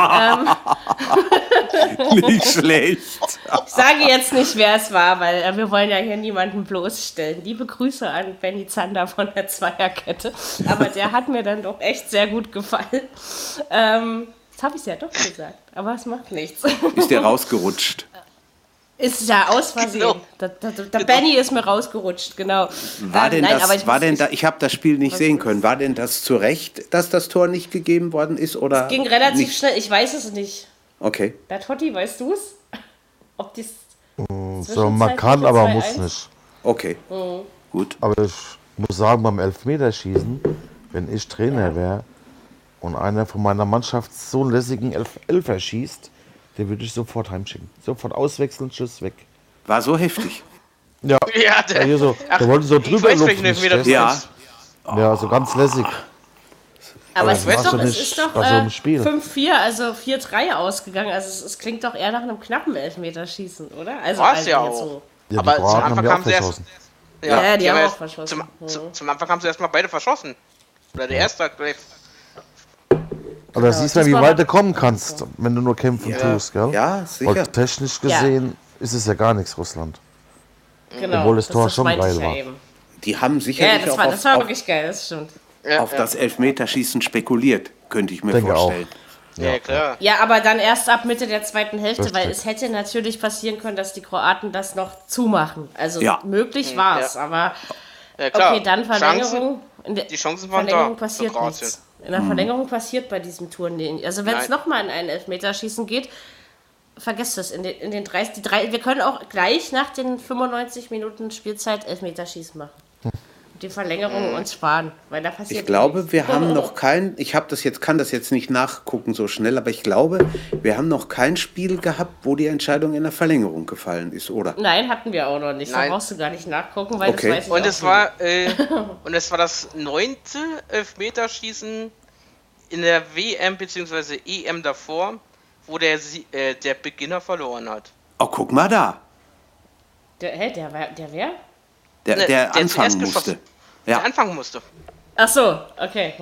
S3: Nicht schlecht.
S2: Ich sage jetzt nicht, wer es war, weil wir wollen ja hier niemanden bloßstellen. Liebe Grüße an Benny Zander von der Zweierkette. Aber der hat mir dann doch echt sehr gut gefallen. Jetzt habe ich es ja doch gesagt, aber es macht nichts.
S3: Ist der rausgerutscht?
S2: Ist ja aus Versehen. Der Benny ist mir rausgerutscht, genau.
S3: Ich habe das Spiel nicht sehen können. War denn das zu Recht, dass das Tor nicht gegeben worden ist? Oder
S2: es ging relativ
S3: nicht?
S2: schnell, ich weiß es nicht.
S3: Okay.
S2: Bertotti, weißt du es? Ob dies
S5: So, man kann, aber muss nicht.
S3: Okay. Gut.
S5: Aber ich muss sagen, beim Elfmeterschießen, wenn ich Trainer wäre und einer von meiner Mannschaft so einen lässigen Elfer schießt, den würde ich sofort heimschicken. Sofort auswechseln, tschüss, weg.
S3: War so heftig.
S5: Ja,
S4: der
S5: wollte so drüber lupfen.
S3: Ja.
S5: Ja, so ganz lässig.
S2: Aber es
S5: das
S2: ist doch,
S5: machst du
S2: es ist doch
S5: bei so einem Spiel.
S2: 5-4, also 4-3 ausgegangen. Also es klingt doch eher nach einem knappen Elfmeterschießen, oder? Also
S4: War's ja
S2: jetzt
S4: auch.
S2: so.
S5: Ja,
S4: Aber
S5: die
S4: zum
S5: Kroaten
S4: Anfang
S5: haben ja auch
S4: haben sie erst.
S5: verschossen.
S2: Ja, die haben
S4: aber
S2: auch verschossen.
S4: Zum Anfang haben sie erstmal beide verschossen. Oder der erste hat gleich.
S5: Aber da siehst du ja, wie weit du kommen kannst, wenn du nur kämpfen tust, gell?
S3: Ja, sicher.
S5: Und technisch gesehen ist es ja gar nichts, Russland.
S2: Genau,
S5: Obwohl das Tor schon
S2: meinte
S5: geil
S2: ich ja
S5: war.
S2: eben.
S3: Die haben sicherlich
S2: Ja, das war wirklich geil, das stimmt.
S3: auf das Elfmeterschießen spekuliert, könnte ich mir
S5: Denke
S3: vorstellen.
S4: Ja, klar.
S2: Ja, aber dann erst ab Mitte der zweiten Hälfte,
S5: Richtig.
S2: weil es hätte natürlich passieren können, dass die Kroaten das noch zumachen. Also
S3: Ja.
S2: möglich war es, aber
S4: Ja, klar.
S2: okay, dann Verlängerung.
S4: Die Chancen waren
S2: Verlängerung
S4: da.
S2: passiert
S4: für Kroatien.
S2: nichts. In der Verlängerung passiert bei diesem Turnier. Also wenn es
S4: Nein.
S2: nochmal in ein Elfmeterschießen geht, vergesst es, in den 30, wir können auch gleich nach den 95 Minuten Spielzeit Elfmeterschießen machen. Die Verlängerung uns sparen, weil da passiert
S3: Ich glaube,
S2: nichts.
S3: wir haben noch kein, kann das jetzt nicht nachgucken so schnell, aber ich glaube, wir haben noch kein Spiel gehabt, wo die Entscheidung in der Verlängerung gefallen ist, oder?
S2: Nein, hatten wir auch noch nicht. Da brauchst du gar nicht nachgucken, weil
S3: Okay.
S2: das weiß ich
S4: Und
S2: auch
S4: es war das 9. Elfmeterschießen in der WM bzw. EM davor, wo der Beginner verloren hat.
S3: Oh, guck mal da.
S2: Der wer?
S3: Der anfangen musste. Ja.
S4: Der anfangen musste.
S2: Ach so, okay.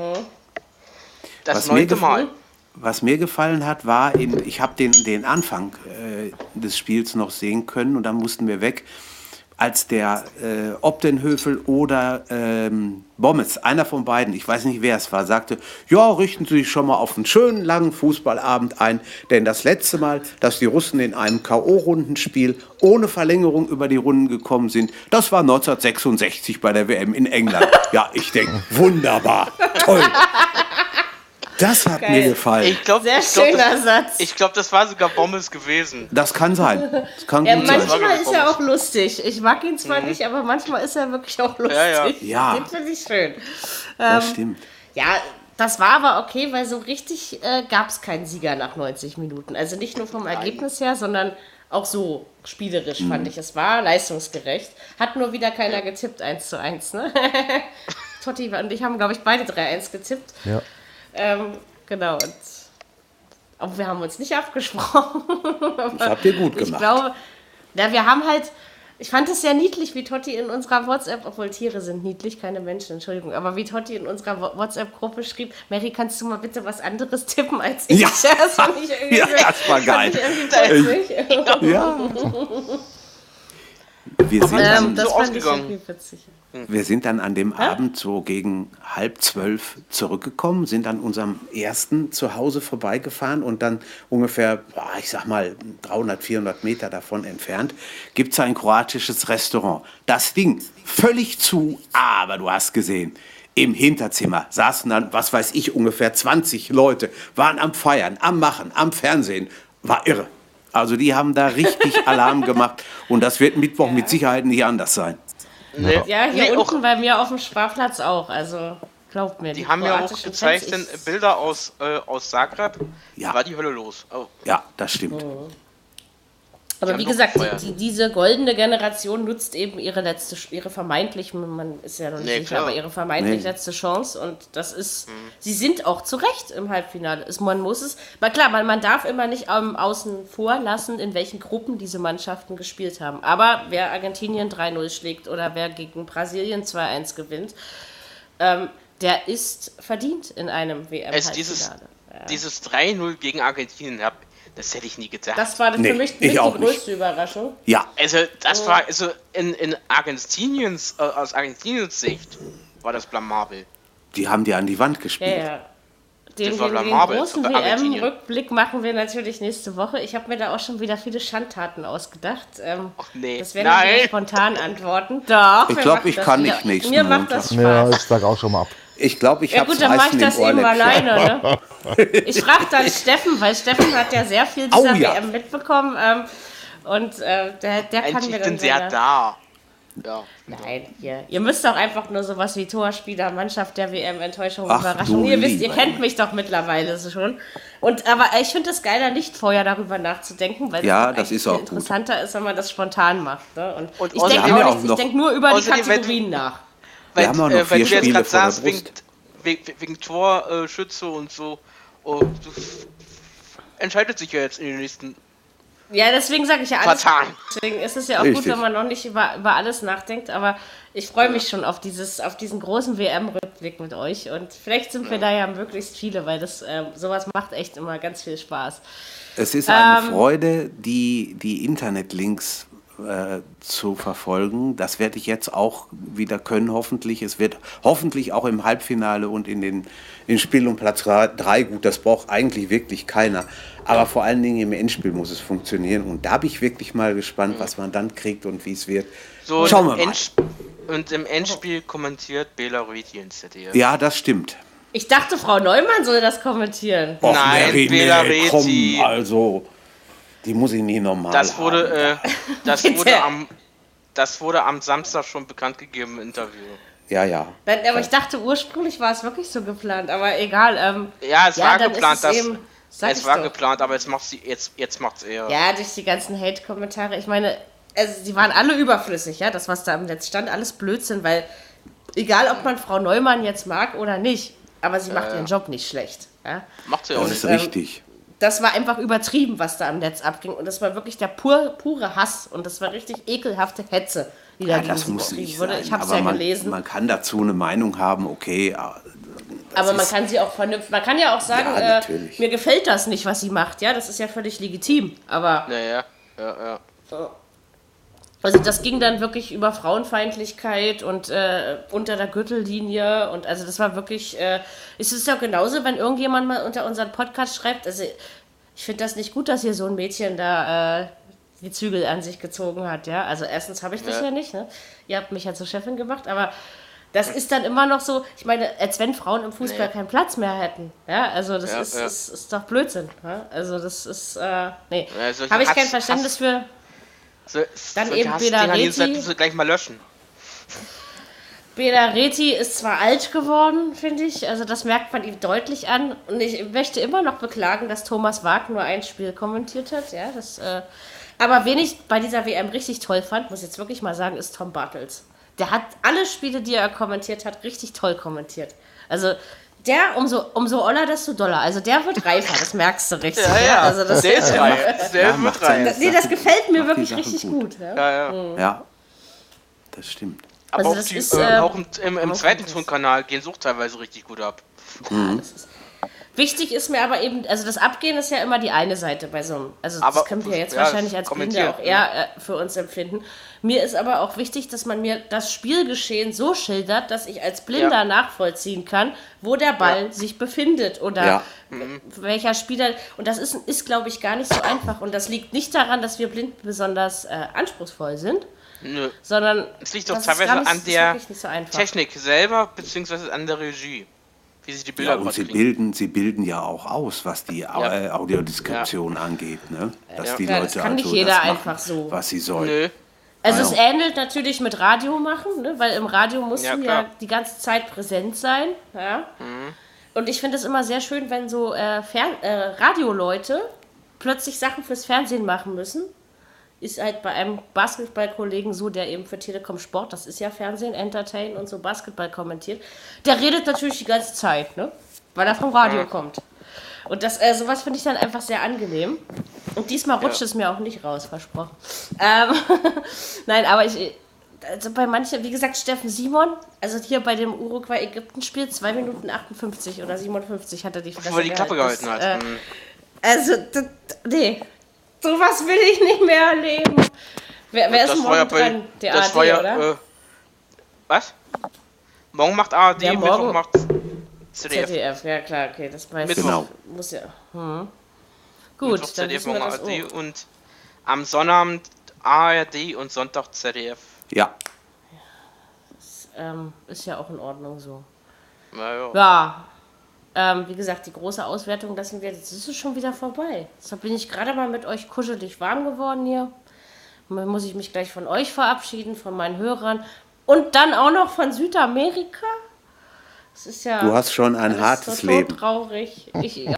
S4: Das 9. Mal.
S3: Was mir gefallen hat, war, ich habe den Anfang des Spiels noch sehen können und dann mussten wir weg, als der Obdenhövel oder Bommes, einer von beiden, ich weiß nicht wer es war, sagte, ja, richten Sie sich schon mal auf einen schönen langen Fußballabend ein, denn das letzte Mal, dass die Russen in einem K.O.-Rundenspiel ohne Verlängerung über die Runden gekommen sind, das war 1966 bei der WM in England. Ja, ich denke, wunderbar, toll. Das hat mir gefallen.
S2: Sehr schöner Satz.
S4: Ich glaube, das war sogar Bommes gewesen.
S3: Das kann sein. Das kann gut sein.
S2: Manchmal ist er auch lustig. Ich mag ihn zwar nicht, aber manchmal ist er wirklich auch lustig.
S3: Ja.
S2: Den finde ich schön.
S3: Das stimmt.
S2: Ja, das war aber okay, weil so richtig gab es keinen Sieger nach 90 Minuten. Also nicht nur vom Ergebnis her, sondern auch so spielerisch fand ich. Es war leistungsgerecht. Hat nur wieder keiner getippt, 1:1. Ne? Totti und ich haben, glaube ich, beide 3-1 getippt.
S5: Ja.
S2: Genau. Aber wir haben uns nicht abgesprochen.
S3: Das habt ihr gut gemacht.
S2: Ich glaube, wir haben halt, ich fand es sehr niedlich, wie Totti in unserer WhatsApp, obwohl Tiere sind niedlich, keine Menschen, Entschuldigung, aber wie Totti in unserer WhatsApp-Gruppe schrieb, Mary, kannst du mal bitte was anderes tippen als ich?
S3: Ja,
S2: Das fand ich irgendwie
S3: das war geil. Ja. Wir sind dann an dem Abend so gegen 11:30 zurückgekommen, sind an unserem ersten Zuhause vorbeigefahren und dann ungefähr, ich sag mal, 300, 400 Meter davon entfernt, gibt es ein kroatisches Restaurant. Das Ding völlig zu, aber du hast gesehen, im Hinterzimmer saßen dann, was weiß ich, ungefähr 20 Leute, waren am Feiern, am Machen, am Fernsehen. War irre. Also die haben da richtig Alarm gemacht und das wird Mittwoch mit Sicherheit nicht anders sein.
S2: Ja, hier unten bei mir auf dem Sparplatz auch, also glaubt mir.
S4: Die haben ja auch gezeigt, Bilder aus Zagreb, war die Hölle los. Oh.
S3: Ja, das stimmt.
S2: Aber wie gesagt, diese goldene Generation nutzt eben ihre vermeintlich, man ist ja noch nicht sicher, aber ihre vermeintlich letzte Chance und das ist, sie sind auch zu Recht im Halbfinale. Man muss es, aber klar, man darf immer nicht außen vor lassen, in welchen Gruppen diese Mannschaften gespielt haben. Aber wer Argentinien 3-0 schlägt oder wer gegen Brasilien 2-1 gewinnt, der ist verdient in einem WM-Halbfinale.
S4: Dieses 3-0 gegen Argentinien, das hätte ich nie gedacht.
S2: Das war für mich die größte Überraschung.
S3: Ja.
S4: Also, das war, in Argentiniens, aus Argentiniens Sicht, war das blamabel.
S3: Die haben die an die Wand gespielt.
S2: Ja. Den großen WM-Rückblick machen wir natürlich nächste Woche. Ich habe mir da auch schon wieder viele Schandtaten ausgedacht. Das werden wir spontan antworten. Doch.
S3: Ich glaube, ich kann nicht nächsten
S2: Mir macht das Spaß.
S5: Ja, ich sag auch schon mal ab.
S3: Ich glaube, ich habe
S2: gut, dann mache ich das eben alleine. Ne? Ich frage dann Steffen, weil Steffen hat ja sehr viel dieser WM mitbekommen. Und der kann mir dann
S4: sehr da.
S2: Ja. Nein, ihr müsst doch einfach nur sowas wie Torspieler, Mannschaft der WM, Enttäuschung, Überraschung. Ihr wisst, ihr kennt mich doch mittlerweile schon. Aber ich finde es geiler, nicht vorher darüber nachzudenken, weil
S3: das ist auch
S2: interessanter
S3: gut.
S2: ist, wenn man das spontan macht. Ne? Und ich denke nur über die Kategorien nach.
S3: Wir haben auch noch 4 Spiele vor der Brust.
S4: Wegen Torschütze und so. Entscheidet sich ja jetzt in den nächsten.
S2: Ja, deswegen sage ich ja alles.
S4: Deswegen
S2: ist es ja auch gut, wenn man noch nicht über alles nachdenkt. Aber ich freue mich schon auf diesen großen WM-Rückblick mit euch. Und vielleicht sind wir da ja möglichst viele, weil sowas macht echt immer ganz viel Spaß.
S3: Es ist eine Freude, die Internetlinks zu verfolgen. Das werde ich jetzt auch wieder können, hoffentlich. Es wird hoffentlich auch im Halbfinale und in Spiel um Platz 3, gut, das braucht eigentlich wirklich keiner. Aber vor allen Dingen im Endspiel muss es funktionieren. Und da bin ich wirklich mal gespannt, was man dann kriegt und wie es wird.
S4: So,
S3: schauen wir mal.
S4: Und im Endspiel kommentiert Bela Reti ins ZDF.
S3: Ja, das stimmt.
S2: Ich dachte, Frau Neumann soll das kommentieren.
S3: Och, Nein, Bela Reti. Komm, also... Die muss ich nie normal
S4: das wurde am Samstag schon bekannt gegeben im Interview.
S3: Ja.
S2: Aber ich dachte, ursprünglich war es wirklich so geplant, aber egal.
S4: Es war geplant, geplant, aber jetzt macht's eher.
S2: Ja, durch die ganzen Hate-Kommentare. Ich meine, sie waren alle überflüssig, ja, das, was da im Netz stand, alles Blödsinn, weil egal, ob man Frau Neumann jetzt mag oder nicht, aber sie macht ihren Job nicht schlecht. Ja?
S4: Macht sie auch
S3: nicht. Das ist richtig.
S2: Das war einfach übertrieben, was da am Netz abging. Und das war wirklich der pure Hass. Und das war richtig ekelhafte Hetze, die da gegen sie betrieben wurde. Ich habe es ja gelesen.
S3: Man kann dazu eine Meinung haben, okay.
S2: Aber man kann sie auch vernünftig. Man kann ja auch sagen, mir gefällt das nicht, was sie macht. Ja, das ist ja völlig legitim. Aber.
S4: Ja.
S2: Also das ging dann wirklich über Frauenfeindlichkeit und unter der Gürtellinie und also das war wirklich, es ist ja genauso, wenn irgendjemand mal unter unseren Podcast schreibt, also ich finde das nicht gut, dass hier so ein Mädchen da die Zügel an sich gezogen hat, ja, also erstens habe ich das ja nicht, ne? Ihr habt mich ja zur Chefin gemacht, aber das ist dann immer noch so, ich meine, als wenn Frauen im Fußball keinen Platz mehr hätten, ja, also das ist doch Blödsinn, ja? Also das ist, nee, also habe ich kein Verständnis für. Dann eben Belareti.
S4: Gleich mal löschen.
S2: Belareti ist zwar alt geworden, finde ich, also das merkt man ihm deutlich an. Und ich möchte immer noch beklagen, dass Thomas Wag nur ein Spiel kommentiert hat. Ja, aber wen ich bei dieser WM richtig toll fand, muss ich jetzt wirklich mal sagen, ist Tom Bartels. Der hat alle Spiele, die er kommentiert hat, richtig toll kommentiert. Also der, umso oller, desto doller. Also der wird reifer, das merkst du richtig.
S4: Ja.
S2: Also das
S4: der ist reif. Der wird reif.
S2: Nee, das gefällt mir wirklich richtig gut.
S3: Ja, das stimmt.
S4: Aber
S2: also
S4: auch,
S2: das
S4: auch im zweiten Tonkanal gehen es auch teilweise richtig gut ab.
S2: Wichtig ist mir aber eben, also das Abgehen ist ja immer die eine Seite bei so einem, also das können wir jetzt wahrscheinlich als Blinde auch eher für uns empfinden. Mir ist aber auch wichtig, dass man mir das Spielgeschehen so schildert, dass ich als Blinder nachvollziehen kann, wo der Ball sich befindet oder welcher Spieler, und das ist glaube ich, gar nicht so einfach und das liegt nicht daran, dass wir Blinden besonders anspruchsvoll sind.
S4: Nö.
S2: Sondern
S4: es liegt doch teilweise an der Technik selber, beziehungsweise an der Regie. Wie sich die Bilder
S3: und sie bilden ja auch aus, was die Audiodeskription angeht, ne? Dass die Leute
S2: das kann nicht jeder
S3: das
S2: einfach
S3: machen,
S2: so.
S3: Was sie sollen.
S4: Nö.
S2: Also es ähnelt natürlich mit Radio machen, ne? Weil im Radio musst du ja die ganze Zeit präsent sein. Ja? Und ich finde es immer sehr schön, wenn so Radioleute plötzlich Sachen fürs Fernsehen machen müssen. Ist halt bei einem Basketballkollegen so, der eben für Telekom Sport, das ist ja Fernsehen, Entertain und so Basketball kommentiert, der redet natürlich die ganze Zeit, ne? Weil er vom Radio kommt. Und das, sowas finde ich dann einfach sehr angenehm. Und diesmal rutscht es mir auch nicht raus, versprochen. Nein, aber also bei manchen, wie gesagt, Steffen Simon, also hier bei dem Uruguay-Ägypten-Spiel, 2 Minuten 58 oder 57 hat er die Fresse
S4: gehalten. Wo er die Klappe gehalten hat.
S2: Also, nee. Sowas will ich nicht mehr erleben. Wer ist morgen dran? Der ARD, oder?
S4: Was? Morgen macht ARD, Mittwoch macht
S2: ZDF, ja klar, okay, das weiß
S3: Genau.
S2: Muss ja.
S4: Gut,
S2: Mittwoch
S4: dann ZDF, morgen ARD und am Sonnabend ARD und Sonntag ZDF.
S3: Ja.
S2: Das, ist ja auch in Ordnung so.
S4: Ja.
S2: Wie gesagt, die große Auswertung lassen wir, jetzt ist es schon wieder vorbei. Deshalb bin ich gerade mal mit euch kuschelig warm geworden hier. Und dann muss ich mich gleich von euch verabschieden, von meinen Hörern und dann auch noch von Südamerika. Das ist ja.
S3: Du hast schon ein hartes Leben.
S2: Traurig.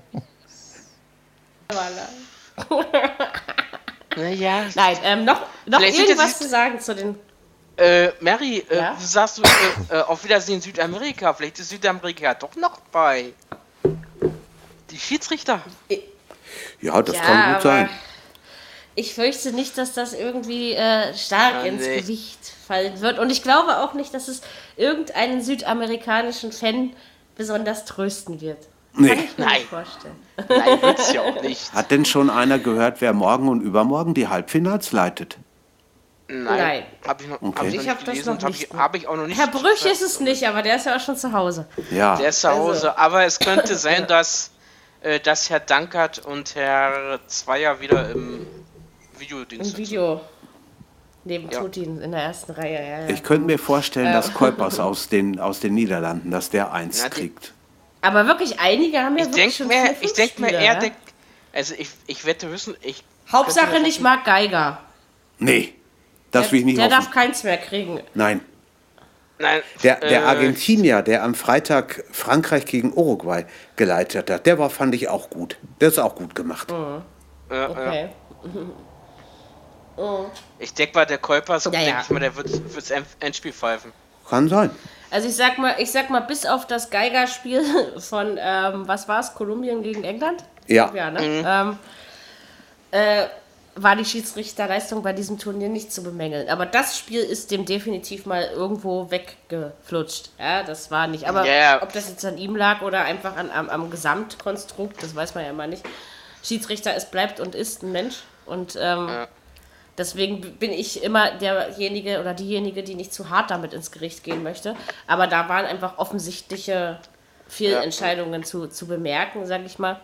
S4: Naja.
S2: Nein, noch irgendwas zu sagen zu den.
S4: Mary, du sagst auf Wiedersehen Südamerika. Vielleicht ist Südamerika doch noch bei die Schiedsrichter.
S3: Ja, das kann gut sein.
S2: Ich fürchte nicht, dass das irgendwie stark ins Gewicht fallen wird. Und ich glaube auch nicht, dass es irgendeinen südamerikanischen Fan besonders trösten wird. Kann ich mir nicht vorstellen.
S4: Nein, wird's ja auch nicht.
S3: Hat denn schon einer gehört, wer morgen und übermorgen die Halbfinals leitet?
S4: Nein. Habe ich noch nicht gelesen und habe ich auch noch nicht.
S2: Herr Brüch ist es nicht, aber der ist ja auch schon zu Hause.
S3: Ja.
S4: Der ist zu Hause, aber es könnte sein, dass Herr Dankert und Herr Zweier wieder im Videodienst
S2: sind. Neben Tutin in der ersten Reihe. Ja.
S3: Ich könnte mir vorstellen, dass Kuipers aus den Niederlanden, dass der eins kriegt.
S2: Aber wirklich, einige haben ja wirklich schon
S4: ich denke mir, also ich wette wissen, ich
S2: Hauptsache nicht Marc Geiger.
S3: Nee, das will ich nicht
S2: Der
S3: hoffen.
S2: darf keins mehr kriegen.
S3: Nein.
S4: Nein.
S3: Der Argentinier, der am Freitag Frankreich gegen Uruguay geleitet hat, fand ich auch gut. Der ist auch gut gemacht.
S2: Okay.
S4: Ich denke mal, der Kuipers, der wird fürs Endspiel pfeifen.
S3: Kann sein.
S2: Also ich sag mal, bis auf das Geiger-Spiel von, was war's, Kolumbien gegen England?
S3: Ja.
S2: Ja, ne? War die Schiedsrichterleistung bei diesem Turnier nicht zu bemängeln. Aber das Spiel ist dem definitiv mal irgendwo weggeflutscht. Ja, das war nicht. Aber ob das jetzt an ihm lag oder einfach am Gesamtkonstrukt, das weiß man ja immer nicht. Schiedsrichter, es bleibt und ist ein Mensch. Und deswegen bin ich immer derjenige oder diejenige, die nicht zu hart damit ins Gericht gehen möchte. Aber da waren einfach offensichtliche Fehlentscheidungen zu bemerken, sage ich mal.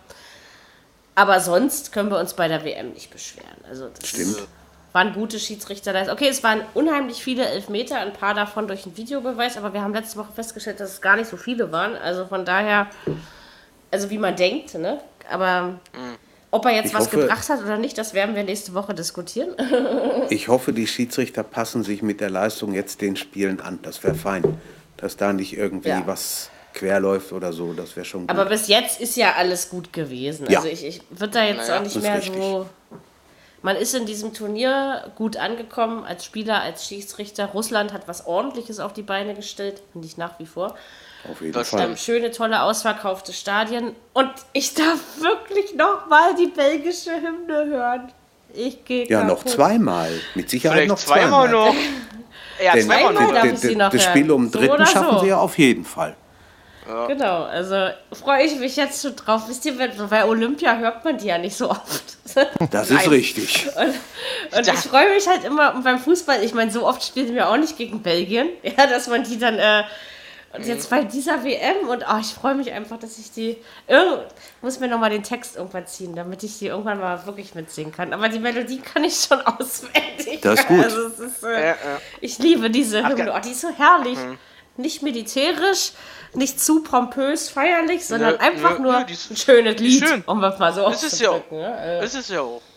S2: Aber sonst können wir uns bei der WM nicht beschweren. Also das waren gute Schiedsrichterleistungen. Okay, es waren unheimlich viele Elfmeter, ein paar davon durch einen Videobeweis, aber wir haben letzte Woche festgestellt, dass es gar nicht so viele waren. Also von daher, also wie man denkt, ne? Aber ob er jetzt gebracht hat oder nicht, das werden wir nächste Woche diskutieren.
S3: Ich hoffe, die Schiedsrichter passen sich mit der Leistung jetzt den Spielen an. Das wäre fein. Dass da nicht irgendwie was querläuft oder so, das wäre schon gut.
S2: Aber bis jetzt ist ja alles gut gewesen. Also ich würde da jetzt auch nicht mehr so... Man ist in diesem Turnier gut angekommen, als Spieler, als Schiedsrichter. Russland hat was Ordentliches auf die Beine gestellt, finde ich nach wie vor.
S3: Auf jeden Fall.
S2: Schöne, tolle, ausverkaufte Stadien. Und ich darf wirklich noch mal die belgische Hymne hören. Ich gehe kaputt.
S3: Noch zweimal. Mit Sicherheit
S4: vielleicht
S3: noch zweimal.
S4: noch. Ja, zweimal
S2: darf ich sie noch
S3: das Spiel um
S2: so
S3: Dritten schaffen sie ja auf jeden Fall.
S4: Ja.
S2: Genau, also freue ich mich jetzt schon drauf. Wisst ihr, bei Olympia hört man die ja nicht so oft.
S3: Das ist richtig.
S2: Und ich freue mich halt immer beim Fußball, ich meine, so oft spielen wir auch nicht gegen Belgien, dass man die dann, und jetzt bei dieser WM und ich freue mich einfach, dass ich die, muss mir nochmal den Text irgendwann ziehen, damit ich die irgendwann mal wirklich mitsingen kann. Aber die Melodie kann ich schon auswendig.
S3: Das ist gut.
S2: Also es ist, ich liebe diese Hymne, die ist so herrlich. Nicht militärisch, nicht zu pompös feierlich, sondern einfach nur ein schönes Lied, um es mal so auszudrücken.
S4: Das ist ja auch.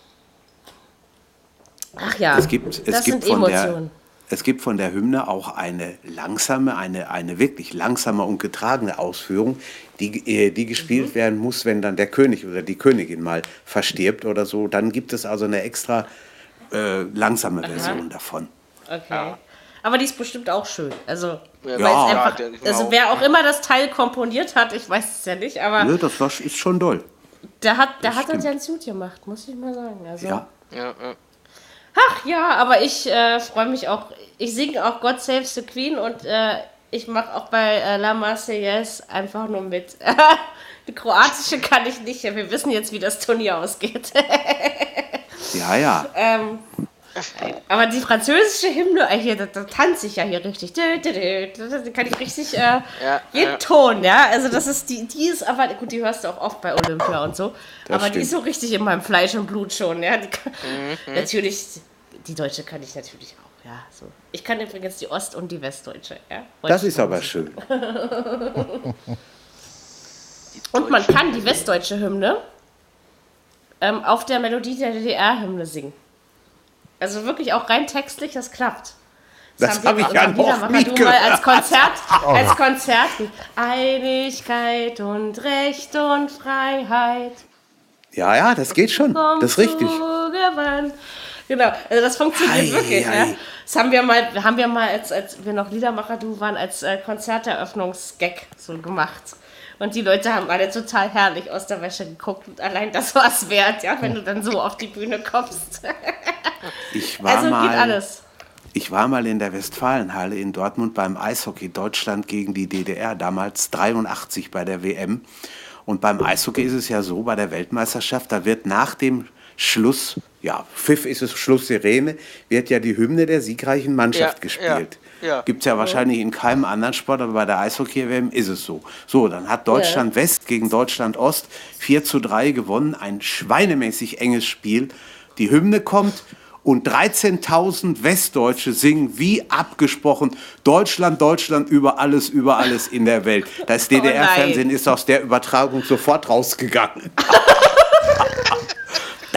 S2: Ach ja,
S3: es gibt
S2: Emotionen.
S3: Es gibt von der Hymne auch eine langsame, eine wirklich langsame und getragene Ausführung, die gespielt werden muss, wenn dann der König oder die Königin mal verstirbt oder so. Dann gibt es also eine extra langsame Version davon.
S2: Okay. Ja. Aber die ist bestimmt auch schön. Also, wer auch immer das Teil komponiert hat, ich weiß es ja nicht, aber...
S3: Ne, das ist schon doll.
S2: Der hat das ganz gut gemacht, muss ich mal sagen. Also,
S4: ja.
S2: Ach ja, aber ich freue mich auch. Ich singe auch God Save the Queen und ich mache auch bei La Marseillaise einfach nur mit. Die kroatische kann ich nicht. Wir wissen jetzt, wie das Turnier ausgeht.
S3: Ja.
S2: Aber die französische Hymne, da tanze ich ja hier richtig. Da kann ich richtig jeden Ton, ja. Also das ist die ist aber, gut, die hörst du auch oft bei Olympia und so. Das aber stimmt. Die ist so richtig in meinem Fleisch und Blut schon, ja. Natürlich, die Deutsche kann ich natürlich auch, ja. So. Ich kann übrigens die Ost- und die Westdeutsche, ja.
S3: Das ist aber schön.
S2: Und man kann die westdeutsche Hymne auf der Melodie der DDR-Hymne singen. Also wirklich auch rein textlich, das klappt.
S3: Das habe ich ja noch nie gehört.
S2: Mal als Konzert. Einigkeit und Recht und Freiheit.
S3: Ja, das geht schon. Das ist richtig.
S2: Genau, also das funktioniert wirklich. Ja. Das haben wir mal als wir noch Liedermacher-Du waren, als Konzerteröffnungsgag so gemacht. Und die Leute haben alle total herrlich aus der Wäsche geguckt. Und allein das war es wert, ja, wenn du dann so auf die Bühne kommst.
S3: Geht alles. Ich war mal in der Westfalenhalle in Dortmund beim Eishockey Deutschland gegen die DDR, damals 83 bei der WM. Und beim Eishockey ist es ja so, bei der Weltmeisterschaft, da wird nach dem Schluss, Pfiff ist es, Schlusssirene, wird ja die Hymne der siegreichen Mannschaft gespielt. Ja. Gibt es ja wahrscheinlich in keinem anderen Sport, aber bei der Eishockey-WM ist es so. So, dann hat Deutschland West gegen Deutschland Ost 4:3 gewonnen. Ein schweinemäßig enges Spiel. Die Hymne kommt und 13.000 Westdeutsche singen wie abgesprochen Deutschland, Deutschland über alles in der Welt. Das DDR-Fernsehen ist aus der Übertragung sofort rausgegangen.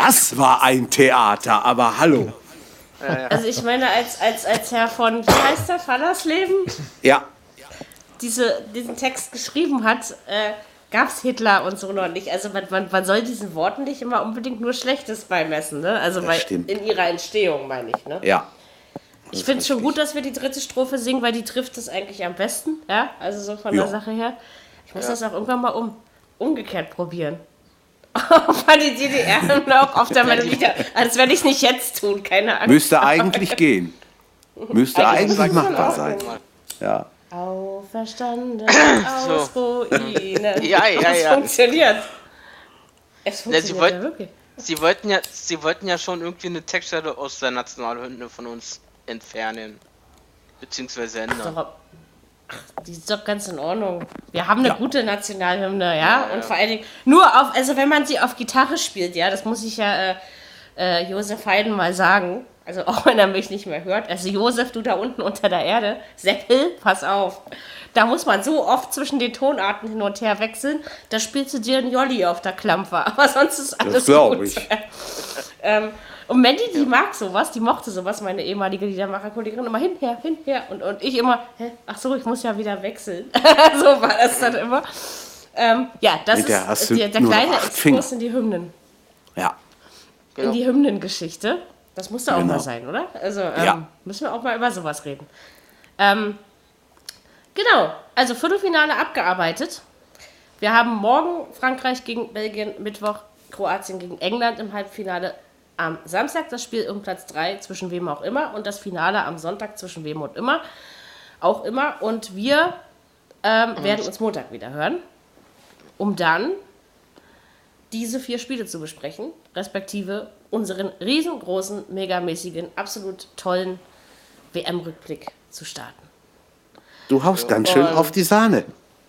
S3: Das war ein Theater, aber hallo.
S2: Also ich meine, als Herr von, wie heißt der, Fallersleben?
S3: Ja.
S2: Diesen Text geschrieben hat, gab es Hitler und so noch nicht. Also man soll diesen Worten nicht immer unbedingt nur Schlechtes beimessen, ne? Also in ihrer Entstehung, meine ich, ne?
S3: Ja.
S2: Ich finde es schon gut, dass wir die dritte Strophe singen, weil die trifft es eigentlich am besten, ja? Also so von der Sache her. Ich muss das auch irgendwann mal umgekehrt probieren. War die DDR noch auf der Melodie. Als werde ich es nicht jetzt tun, keine Angst.
S3: Müsste eigentlich gehen. Müsste eigentlich machbar sein. Ja.
S2: Auferstanden aus Ruinen.
S4: Ja.
S2: Es funktioniert. Es funktioniert ja wirklich.
S4: Sie wollten ja schon irgendwie eine Textstelle aus der Nationalhymne von uns entfernen. Beziehungsweise ändern.
S2: Die ist doch ganz in Ordnung. Wir haben eine gute Nationalhymne, ja? Und vor allen Dingen also wenn man sie auf Gitarre spielt, ja, das muss ich ja Josef Haydn mal sagen, also auch wenn er mich nicht mehr hört, also Josef, du da unten unter der Erde, Seppel, pass auf, da muss man so oft zwischen den Tonarten hin und her wechseln, da spielst du dir einen Jolli auf der Klampe, aber sonst ist alles gut. Ich. Und Mandy, die mag sowas, die mochte sowas, meine ehemalige Liedermacherkollegin, immer hinher und ich immer, ach so, ich muss ja wieder wechseln. So war das dann immer. Das ist der kleine Exkurs in die Hymnen.
S3: Ja.
S2: Genau. In die Hymnengeschichte. Das musste auch mal sein, oder? Also müssen wir auch mal über sowas reden. Genau, also Viertelfinale abgearbeitet. Wir haben morgen Frankreich gegen Belgien, Mittwoch Kroatien gegen England im Halbfinale. Am Samstag das Spiel um Platz 3 zwischen wem auch immer und das Finale am Sonntag zwischen wem und immer. Auch immer. Und wir werden uns Montag wieder hören, um dann diese 4 Spiele zu besprechen, respektive unseren riesengroßen, megamäßigen, absolut tollen WM-Rückblick zu starten.
S3: Du haust ganz schön auf die Sahne.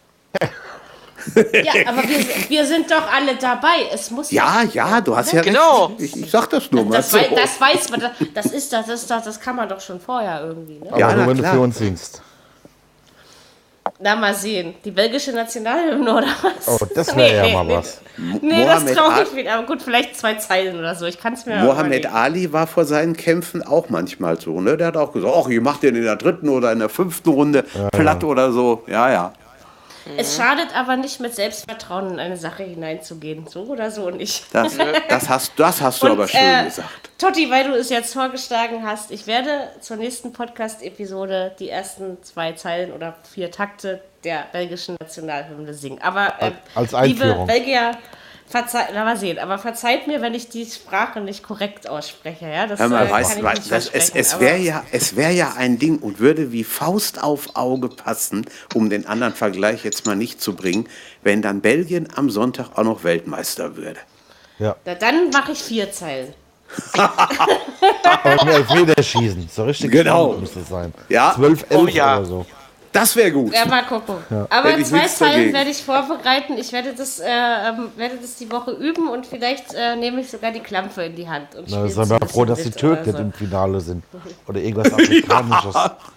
S2: Ja, aber wir sind doch alle dabei. Es muss
S3: ja, du hast ja
S4: genau.
S3: Recht. Ich sag das nur mal
S2: das
S3: so.
S2: Das weiß man. Das kann man doch schon vorher irgendwie. Ne?
S5: Aber ja, nur wenn du für uns singst.
S2: Na, mal sehen. Die belgische Nationalhymne oder was?
S5: Oh, das wäre ja mal was.
S2: Nee, das traue ich wieder. Aber gut, vielleicht 2 Zeilen oder so. Ich kann es mir
S3: Mohammed Ali war vor seinen Kämpfen auch manchmal so. Ne? Der hat auch gesagt, ach, ihr macht den in der 3. oder in der 5. Runde platt oder so. Ja.
S2: Es schadet aber nicht, mit Selbstvertrauen in eine Sache hineinzugehen. So oder so nicht.
S3: Das hast du aber schön gesagt.
S2: Totti, weil du es jetzt vorgeschlagen hast, ich werde zur nächsten Podcast-Episode die ersten 2 Zeilen oder 4 Takte der belgischen Nationalhymne singen. Aber
S5: als
S2: liebe Belgier, verzeiht mir, wenn ich die Sprache nicht korrekt ausspreche. Ja? Das
S3: es wäre ja ein Ding und würde wie Faust auf Auge passen, um den anderen Vergleich jetzt mal nicht zu bringen, wenn dann Belgien am Sonntag auch noch Weltmeister würde.
S5: Ja.
S2: Dann mache ich 4 Zeilen.
S5: Aber im Elfmeterschießen, so richtig
S3: genau.
S5: Müsste es sein.
S3: Ja.
S5: 12-11 oder so.
S3: Das wäre gut.
S2: Ja, mal gucken. Ja. Aber 2 Zeilen werde ich vorbereiten. Ich werde das die Woche üben und vielleicht nehme ich sogar die Klampe in die Hand. Und
S5: na, seien wir froh, dass die Türken nicht im Finale sind. Oder irgendwas Afrikanisches.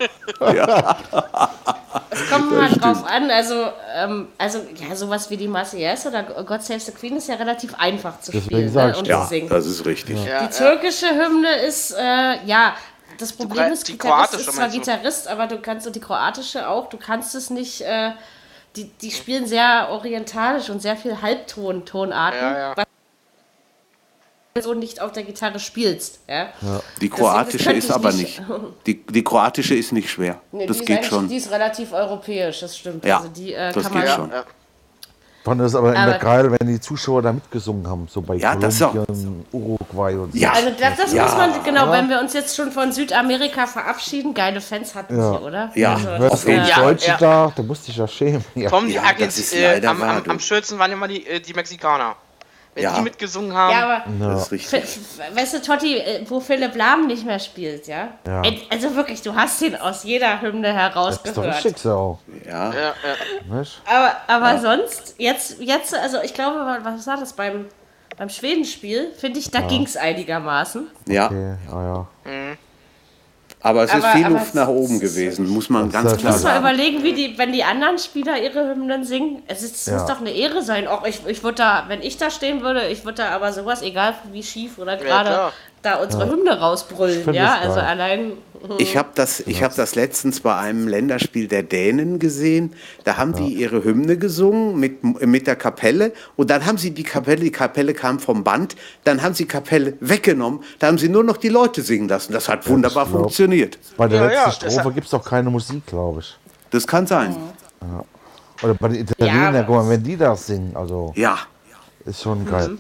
S2: Es kommt mal drauf an. Also sowas wie die Marseillaise oder God Save the Queen ist ja relativ einfach zu spielen.
S3: Und zu singen. Das ist richtig.
S2: Ja. Die türkische Hymne ist, das Problem ist, Gitarrist ist zwar Gitarrist, aber du kannst, und die kroatische auch, du kannst es nicht, die spielen sehr orientalisch und sehr viel Halbtonarten, was du so nicht auf der Gitarre spielst. Ja?
S3: Die kroatische ist aber nicht, die kroatische ist nicht schwer, nee, das geht schon.
S2: Die ist relativ europäisch, das stimmt.
S3: Ja,
S2: also die
S3: das kann man geht schon.
S5: Fand es aber immer geil, wenn die Zuschauer da mitgesungen haben, so bei Kolumbien, Uruguay und so.
S2: Ja, also das muss man, genau, wenn wir uns jetzt schon von Südamerika verabschieden, geile Fans hatten sie, oder?
S3: Ja,
S5: also, auf den Deutschen da musst dich ja schämen. Ja.
S4: Am schönsten waren immer die Mexikaner. Wenn die mitgesungen haben.
S2: Ja, aber das ist richtig. Weißt du, Totti, wo Philipp Lahm nicht mehr spielt, ja? Also wirklich, du hast ihn aus jeder Hymne herausgehört. Das ist doch
S5: richtig so.
S3: Ja.
S2: Aber sonst, jetzt, also ich glaube, was war das beim Schwedenspiel? Finde ich, da ging es einigermaßen.
S3: Ja.
S5: Okay.
S3: Aber es ist viel Luft nach oben gewesen, muss man ganz klar sagen.
S2: Muss man überlegen, wenn die anderen Spieler ihre Hymnen singen. Es muss doch eine Ehre sein. Auch ich würde da, wenn ich da stehen würde, ich würde da aber sowas, egal wie schief oder gerade, da unsere Hymne rausbrüllen. Ja, also allein.
S3: Ich habe das letztens bei einem Länderspiel der Dänen gesehen. Da haben die ihre Hymne gesungen mit der Kapelle und dann haben sie die Kapelle kam vom Band, dann haben sie die Kapelle weggenommen, da haben sie nur noch die Leute singen lassen. Das hat wunderbar funktioniert.
S5: Bei der letzten Strophe gibt es doch keine Musik, glaube ich.
S3: Das kann sein.
S5: Ja. Oder bei den Italienern, guck mal, wenn die das singen, also...
S3: Ja.
S5: Ist schon geil.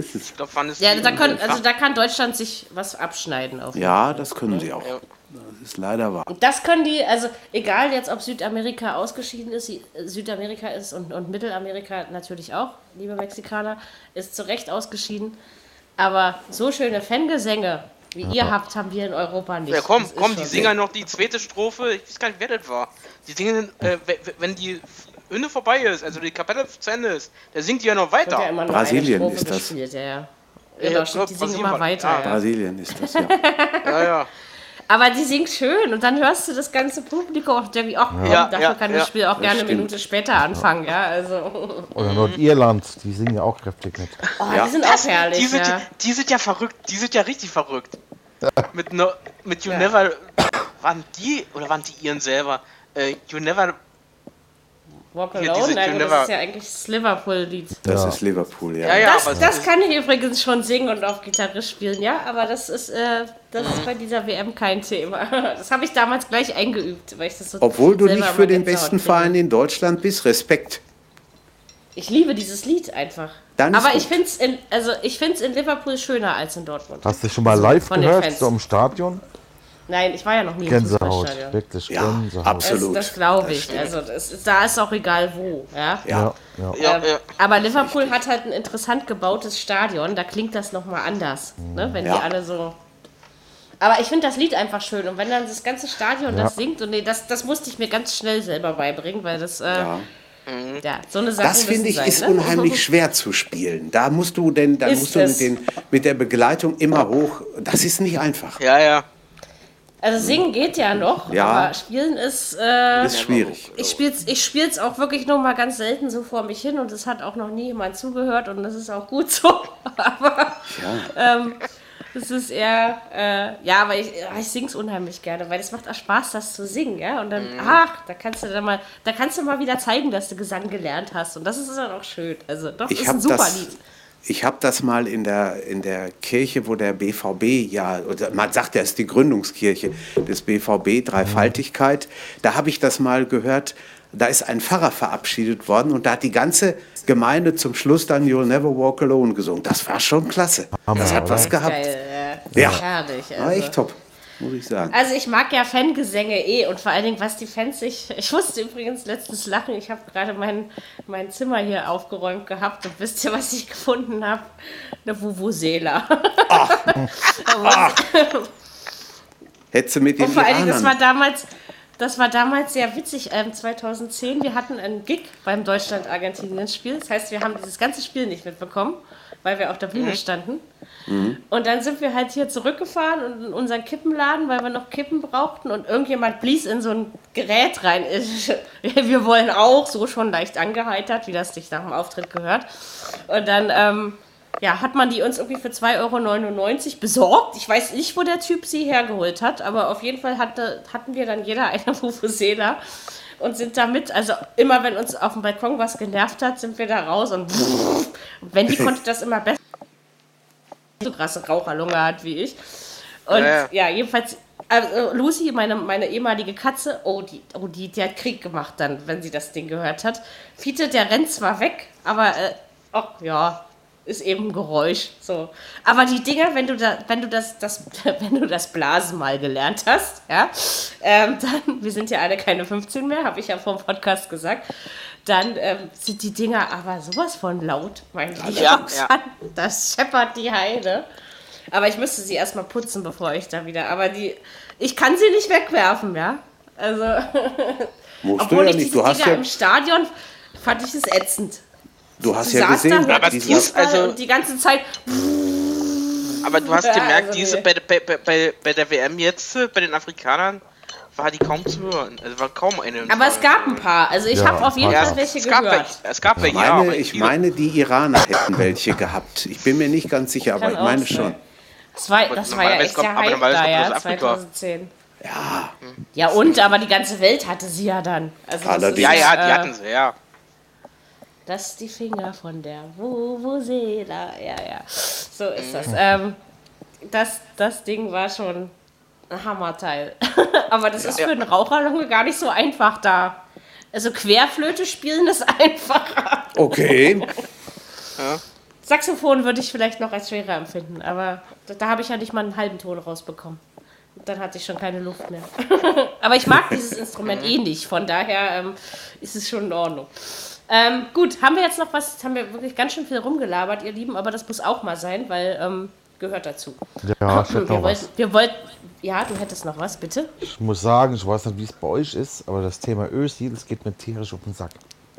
S2: Da kann Deutschland sich was abschneiden.
S3: Das können sie auch. Das ist leider wahr.
S2: Das können die, also egal jetzt, ob Südamerika ausgeschieden ist, Südamerika ist und Mittelamerika natürlich auch, liebe Mexikaner, ist zu Recht ausgeschieden. Aber so schöne Fangesänge, wie ihr habt, haben wir in Europa nicht.
S4: Ja, komm, die singen noch die zweite Strophe, ich weiß gar nicht, wer das war. Die singen, wenn die Hymne vorbei ist, also die Kapelle zu Ende ist, der singt die ja noch weiter.
S2: Ja,
S3: Brasilien ist das.
S2: Gespielt, Genau, die singen immer weiter.
S3: Ja. Brasilien ist das,
S4: ja.
S2: Aber die singt schön und dann hörst du das ganze Publikum und denkst, dafür kann das Spiel auch gerne eine Minute später anfangen. Ja, also.
S5: Oder Nordirland, die singen ja auch kräftig mit.
S2: Die sind auch herrlich.
S4: Die sind ja verrückt, die sind ja richtig verrückt. Mit You Never, waren die ihren selber? You Never
S2: Walk Alone? Nein, das ist ja eigentlich das Liverpool-Lied.
S3: Das ist Liverpool,
S2: Das kann ich übrigens schon singen und auf Gitarre spielen, aber das ist bei dieser WM kein Thema. Das habe ich damals gleich eingeübt, weil ich das so.
S3: Obwohl du nicht für den besten Verein in Deutschland bist, Respekt.
S2: Ich liebe dieses Lied einfach. Aber ich finde es in Liverpool schöner als in Dortmund.
S5: Hast du schon mal live gehört, so im Stadion?
S2: Nein, ich war ja noch nie
S5: im Fußballstadion. Wirklich Gänsehaut.
S3: Absolut.
S2: Das glaube ich. Also da ist auch egal wo.
S3: Ja.
S2: Aber Liverpool hat halt ein interessant gebautes Stadion. Da klingt das nochmal anders, ne? Wenn die alle so... Aber ich finde das Lied einfach schön. Und wenn dann das ganze Stadion das singt, und das musste ich mir ganz schnell selber beibringen, weil das... so eine Sache.
S3: Das finde ich ist unheimlich schwer zu spielen. Da musst du mit der Begleitung immer hoch. Das ist nicht einfach.
S4: Ja.
S2: Also singen geht ja noch, aber spielen ist
S3: schwierig.
S2: Ich spiel's auch wirklich nur mal ganz selten so vor mich hin und es hat auch noch nie jemand zugehört und das ist auch gut so. Aber das ist eher, aber ich sing's unheimlich gerne, weil es macht auch Spaß, das zu singen, ja. Und dann, da kannst du mal wieder zeigen, dass du Gesang gelernt hast und das ist dann auch schön. Also doch, ist ein super Lied.
S3: Ich habe das mal in der Kirche, wo der BVB man sagt ja, es ist die Gründungskirche des BVB, Dreifaltigkeit, da habe ich das mal gehört, da ist ein Pfarrer verabschiedet worden und da hat die ganze Gemeinde zum Schluss dann You'll Never Walk Alone gesungen. Das war schon klasse. Das hat was gehabt.
S2: Geil, herrlich.
S3: War echt top, muss ich sagen.
S2: Also ich mag ja Fangesänge und vor allen Dingen, was die Fans ich musste übrigens letztens lachen, ich habe gerade mein Zimmer hier aufgeräumt gehabt und wisst ihr, was ich gefunden habe? Eine Vuvuzela.
S3: Hättest du mit den
S2: und vor allen Dingen, das war damals sehr witzig, 2010, wir hatten einen Gig beim Deutschland-Argentinien-Spiel, das heißt, wir haben dieses ganze Spiel nicht mitbekommen, weil wir auf der Bühne standen. Und dann sind wir halt hier zurückgefahren und in unseren Kippenladen, weil wir noch Kippen brauchten und irgendjemand blies in so ein Gerät rein. Wir wollen auch, so schon leicht angeheitert, wie das sich nach dem Auftritt gehört. Und dann hat man die uns irgendwie für 2,99 € besorgt. Ich weiß nicht, wo der Typ sie hergeholt hat, aber auf jeden Fall hatten wir dann jeder eine Vuvuzela und sind damit, also immer wenn uns auf dem Balkon was genervt hat, sind wir da raus und Wendy konnte das immer besser, so krasse Raucherlunge hat wie ich. Und jedenfalls, also Lucy, meine ehemalige Katze, die hat Krieg gemacht dann, wenn sie das Ding gehört hat. Fiete, der rennt zwar weg, aber ist eben ein Geräusch. So. Aber die Dinger, wenn du das Blasen mal gelernt hast, dann, wir sind ja alle keine 15 mehr, habe ich ja vor dem Podcast gesagt, dann sind die Dinger aber sowas von laut, mein Lieber. Das scheppert die Heide. Aber ich müsste sie erstmal putzen, bevor ich da wieder. Aber ich kann sie nicht wegwerfen, ja. Also. Obwohl ich diese Dinger im Stadion fand ich es ätzend.
S3: Du hast ja gesehen,
S2: und die ganze Zeit.
S4: Aber du hast gemerkt, bei der WM jetzt, bei den Afrikanern, war die kaum zu hören. Also war kaum eine.
S2: Aber es gab ein paar. Also ich habe auf jeden Fall welche gehört.
S4: Es gab welche,
S3: ich meine, die Iraner hätten welche gehabt. Ich bin mir nicht ganz sicher, aber ich meine schon.
S2: Das war ja echt der Hype da, ja, 2010.
S3: Ja.
S2: Ja aber die ganze Welt hatte sie ja dann. Also
S4: die hatten sie, ja.
S2: Das ist die Finger von der Vuvuzela. Ja. So ist das. Das Ding war schon ein Hammerteil. Aber das ist für einen Raucherlunge gar nicht so einfach da. Also Querflöte spielen ist einfacher.
S3: Okay.
S2: Saxophon würde ich vielleicht noch als schwerer empfinden, aber da habe ich ja nicht mal einen halben Ton rausbekommen. Dann hatte ich schon keine Luft mehr. Aber ich mag dieses Instrument nicht, von daher ist es schon in Ordnung. Gut, haben wir jetzt noch was? Jetzt haben wir wirklich ganz schön viel rumgelabert, ihr Lieben, aber das muss auch mal sein, weil gehört dazu.
S5: Ja, ich hätte noch was.
S2: Ja, du hättest noch was, bitte?
S5: Ich muss sagen, ich weiß nicht, wie es bei euch ist, aber das Thema Özil, das geht mir tierisch auf den Sack.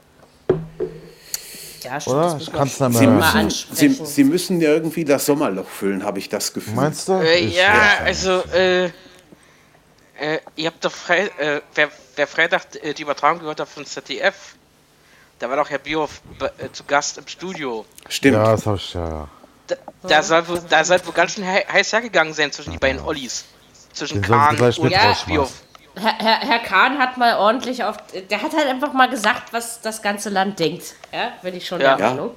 S2: Ja, stimmt.
S5: Oder? Ich kann es nicht mehr.
S3: Sie müssen ja irgendwie das Sommerloch füllen, habe ich das Gefühl.
S5: Meinst du?
S4: Ihr habt doch wer Freitag die Übertragung gehört hat von ZDF, da war doch Herr Bioff zu Gast im Studio.
S3: Stimmt.
S5: Ja, das habe ich, ja.
S4: Da soll wohl ganz schön heiß hergegangen sein zwischen die beiden Ollis. Zwischen
S5: Den
S4: Kahn
S5: sollten
S4: und
S5: gleich
S4: Bioff.
S2: Herr Kahn hat mal ordentlich der hat halt einfach mal gesagt, was das ganze Land denkt. Ja, wenn ich schon der Meinung.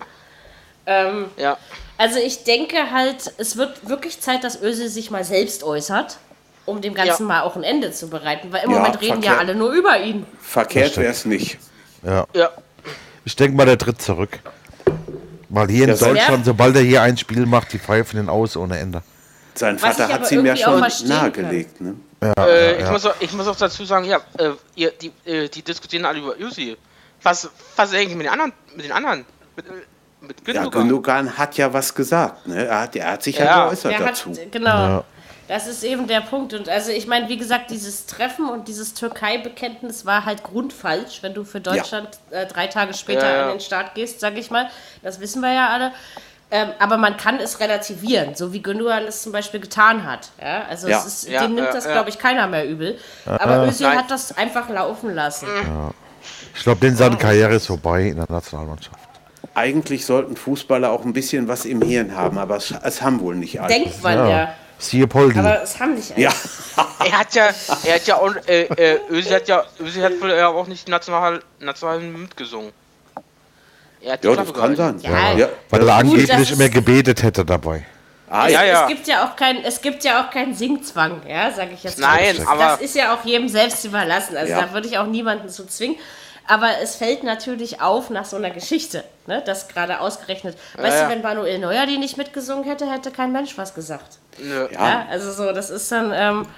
S2: Also ich denke halt, es wird wirklich Zeit, dass Özil sich mal selbst äußert, um dem Ganzen mal auch ein Ende zu bereiten, weil im Moment reden ja alle nur über ihn.
S3: Verkehrt wäre es nicht.
S5: Ja. Ich denke mal, der tritt zurück. Weil hier in Deutschland, sobald er hier ein Spiel macht, die pfeifen ihn aus ohne Ende.
S3: Sein Vater hat es ihm ja schon nahegelegt. Ne?
S4: Ich muss auch dazu sagen, die diskutieren alle über Özil. Was ist eigentlich mit den anderen? Mit Gündogan?
S3: Ja, Gündogan hat ja was gesagt. Ne? Er hat sich ja geäußert dazu.
S2: Genau. Ja. Das ist eben der Punkt. Und also ich meine, wie gesagt, dieses Treffen und dieses Türkei-Bekenntnis war halt grundfalsch, wenn du für Deutschland 3 Tage später in den Start gehst, sage ich mal. Das wissen wir ja alle. Aber man kann es relativieren, so wie Gündogan es zum Beispiel getan hat. Ja? Also dem nimmt das, glaube ich, keiner mehr übel. Aber Özil hat das einfach laufen lassen.
S5: Ja. Ich glaube, seine Karriere ist vorbei in der Nationalmannschaft.
S3: Eigentlich sollten Fußballer auch ein bisschen was im Hirn haben, aber es haben wohl nicht alle.
S2: Denkt man ja.
S5: Siehe Poldi.
S2: Aber es haben nicht alle.
S3: Ja.
S4: Özil hat wohl auch nicht national mitgesungen.
S3: Das kann sein.
S5: Ja. Weil er angeblich immer gebetet hätte dabei.
S2: Es gibt ja auch keinen Singzwang, sage ich jetzt mal.
S4: Nein, aber
S2: das ist ja auch jedem selbst überlassen. Also da würde ich auch niemanden zu zwingen. Aber es fällt natürlich auf nach so einer Geschichte, ne? Das gerade ausgerechnet. Weißt du, wenn Manuel Neuer die nicht mitgesungen hätte, hätte kein Mensch was gesagt. Ja, also so, das ist dann.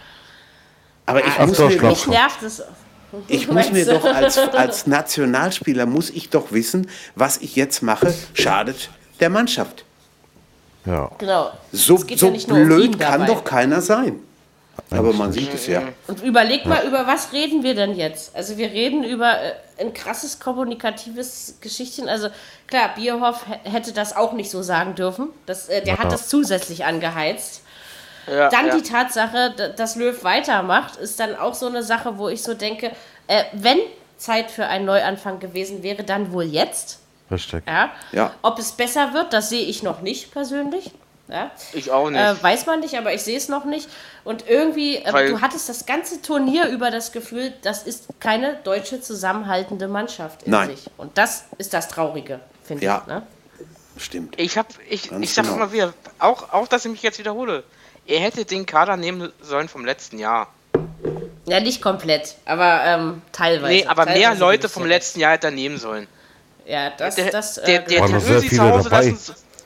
S3: Aber
S2: mich nervt es.
S3: Ich muss mir doch als Nationalspieler muss ich doch wissen, was ich jetzt mache, schadet der Mannschaft.
S5: Ja.
S2: Genau.
S3: So blöd kann doch keiner sein. Aber man sieht es ja.
S2: Und überleg mal, über was reden wir denn jetzt? Also wir reden über ein krasses kommunikatives Geschichtchen. Also klar, Bierhoff hätte das auch nicht so sagen dürfen. Der hat das zusätzlich angeheizt. Ja, dann die Tatsache, dass Löw weitermacht, ist dann auch so eine Sache, wo ich so denke, wenn Zeit für einen Neuanfang gewesen wäre, dann wohl jetzt.
S5: Richtig.
S3: Ja.
S2: Ob es besser wird, das sehe ich noch nicht persönlich. Ja?
S4: Ich auch nicht.
S2: Weiß man nicht, aber ich sehe es noch nicht. Und irgendwie, du hattest das ganze Turnier über das Gefühl, das ist keine deutsche zusammenhaltende Mannschaft in sich. Und das ist das Traurige, finde ich. Ne?
S3: Stimmt.
S4: Ich sag immer wieder, auch dass ich mich jetzt wiederhole, er hätte den Kader nehmen sollen vom letzten Jahr.
S2: Ja, nicht komplett, aber teilweise.
S4: Nee, aber teilweise mehr Leute vom letzten Jahr hätte er nehmen sollen.
S2: Ja, der
S5: hätte Özil zu Hause lassen.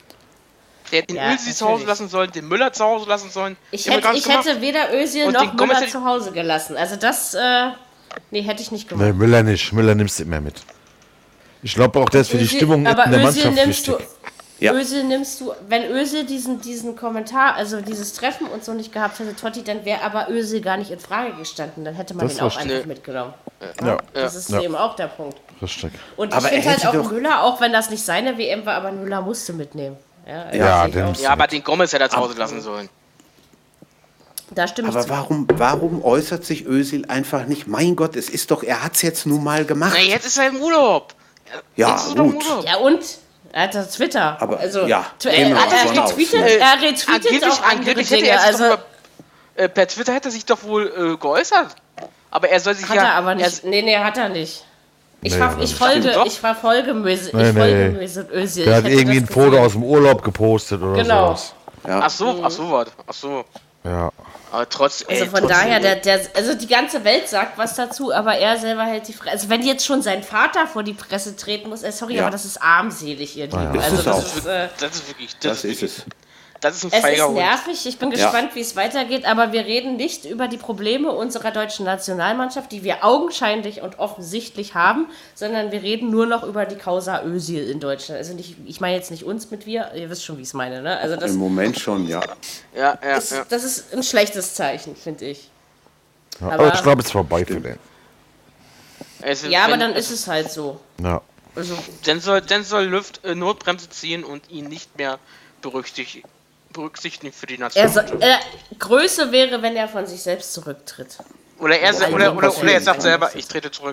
S4: Der hätte den Özil zu Hause lassen sollen, den Müller zu Hause lassen sollen.
S2: Ich hätte weder Özil noch Müller zu Hause gelassen. Also das, hätte ich nicht gemacht.
S5: Nee, Müller nicht. Müller nimmst du immer mit. Ich glaube auch, der ist für die Stimmung in der Mannschaft wichtig.
S2: Özil nimmst du, wenn Özil diesen Kommentar, also dieses Treffen und so nicht gehabt hätte, Totti, dann wäre aber Özil gar nicht in Frage gestanden. Dann hätte man den auch einfach mitgenommen. Das ist eben auch der Punkt.
S5: Richtig.
S2: Und ich finde halt auch Müller, auch wenn das nicht seine WM war, aber Müller musste mitnehmen.
S4: Aber den Gomez hätte er zu Hause lassen sollen.
S2: Da stimmt.
S3: Aber warum äußert sich Özil einfach nicht? Mein Gott, er hat es jetzt nun mal gemacht.
S4: Na, jetzt ist er im Urlaub.
S3: Ja, gut.
S2: Ja, und? Er hat das Twitter.
S3: Aber,
S2: also,
S3: er
S2: retweetet auch andere Dinge. Also,
S4: per Twitter hätte er sich doch wohl geäußert. Aber er soll sich
S2: hat er aber nicht. Nee, hat er nicht. Ich verfolge Mesut Özil.
S5: Der hat irgendwie ein Foto aus dem Urlaub gepostet oder sowas.
S4: Ja. Ach so.
S5: Ja.
S4: Aber trotzdem.
S2: Also von daher, also die ganze Welt sagt was dazu, aber er selber hält die Fresse. Also wenn jetzt schon sein Vater vor die Presse treten muss, aber das ist armselig, ihr Lieben.
S3: Ja.
S2: Also
S3: das ist es.
S4: Das ist ein feiger Hund.
S2: Es ist nervig, ich bin gespannt, wie es weitergeht, aber wir reden nicht über die Probleme unserer deutschen Nationalmannschaft, die wir augenscheinlich und offensichtlich haben, sondern wir reden nur noch über die Causa Özil in Deutschland. Also ich meine jetzt nicht uns mit wir, ihr wisst schon, wie ich es meine. Ne? Also das
S3: im Moment schon, ja.
S2: Das ist ein schlechtes Zeichen, finde ich.
S5: Ja, aber ich glaube, es ist vorbei für den.
S2: Aber dann ist es halt so.
S5: Ja.
S4: Also, dann soll Lüft Notbremse ziehen und ihn nicht mehr berücksichtigen für die Nation.
S2: Größe wäre, wenn er von sich selbst zurücktritt.
S4: Oder er sagt selber, ich trete zurück.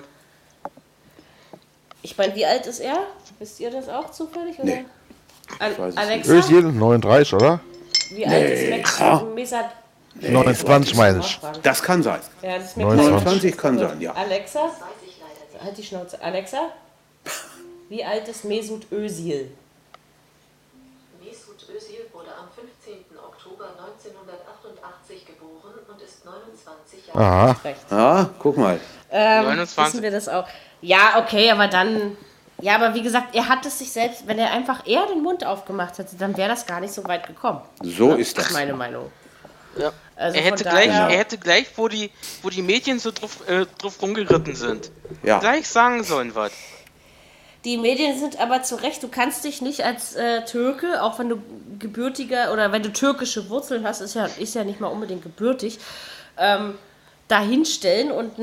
S2: Ich meine, wie alt ist er? Wisst ihr das auch zufällig? Oder?
S3: Nee.
S2: Alexa?
S5: Özil, 39, oder?
S2: Wie alt ist Mesut?
S5: 29 meine ich.
S3: Das kann sein.
S2: Ja, das ist mir
S3: 29 kann sein, ja.
S2: Alexa? Halt die Schnauze. Alexa? Wie alt ist Mesut Özil?
S7: Mesut Özil wurde am 15. Oktober 1988 geboren und ist 29 Jahre alt.
S3: Ah, guck mal.
S4: 29.
S2: Wissen wir das auch? Ja, okay, aber dann... Ja, aber wie gesagt, er hat es sich selbst... Wenn er einfach eher den Mund aufgemacht hätte, dann wäre das gar nicht so weit gekommen.
S3: So ist das.
S2: Das ist meine Meinung.
S4: Ja.
S2: Also
S4: er hätte gleich, wo die Medien so drauf rumgeritten sind, gleich sagen sollen was.
S2: Die Medien sind aber zu Recht, du kannst dich nicht als Türke, auch wenn du gebürtiger oder wenn du türkische Wurzeln hast, ist ja nicht mal unbedingt gebürtig, dahinstellen und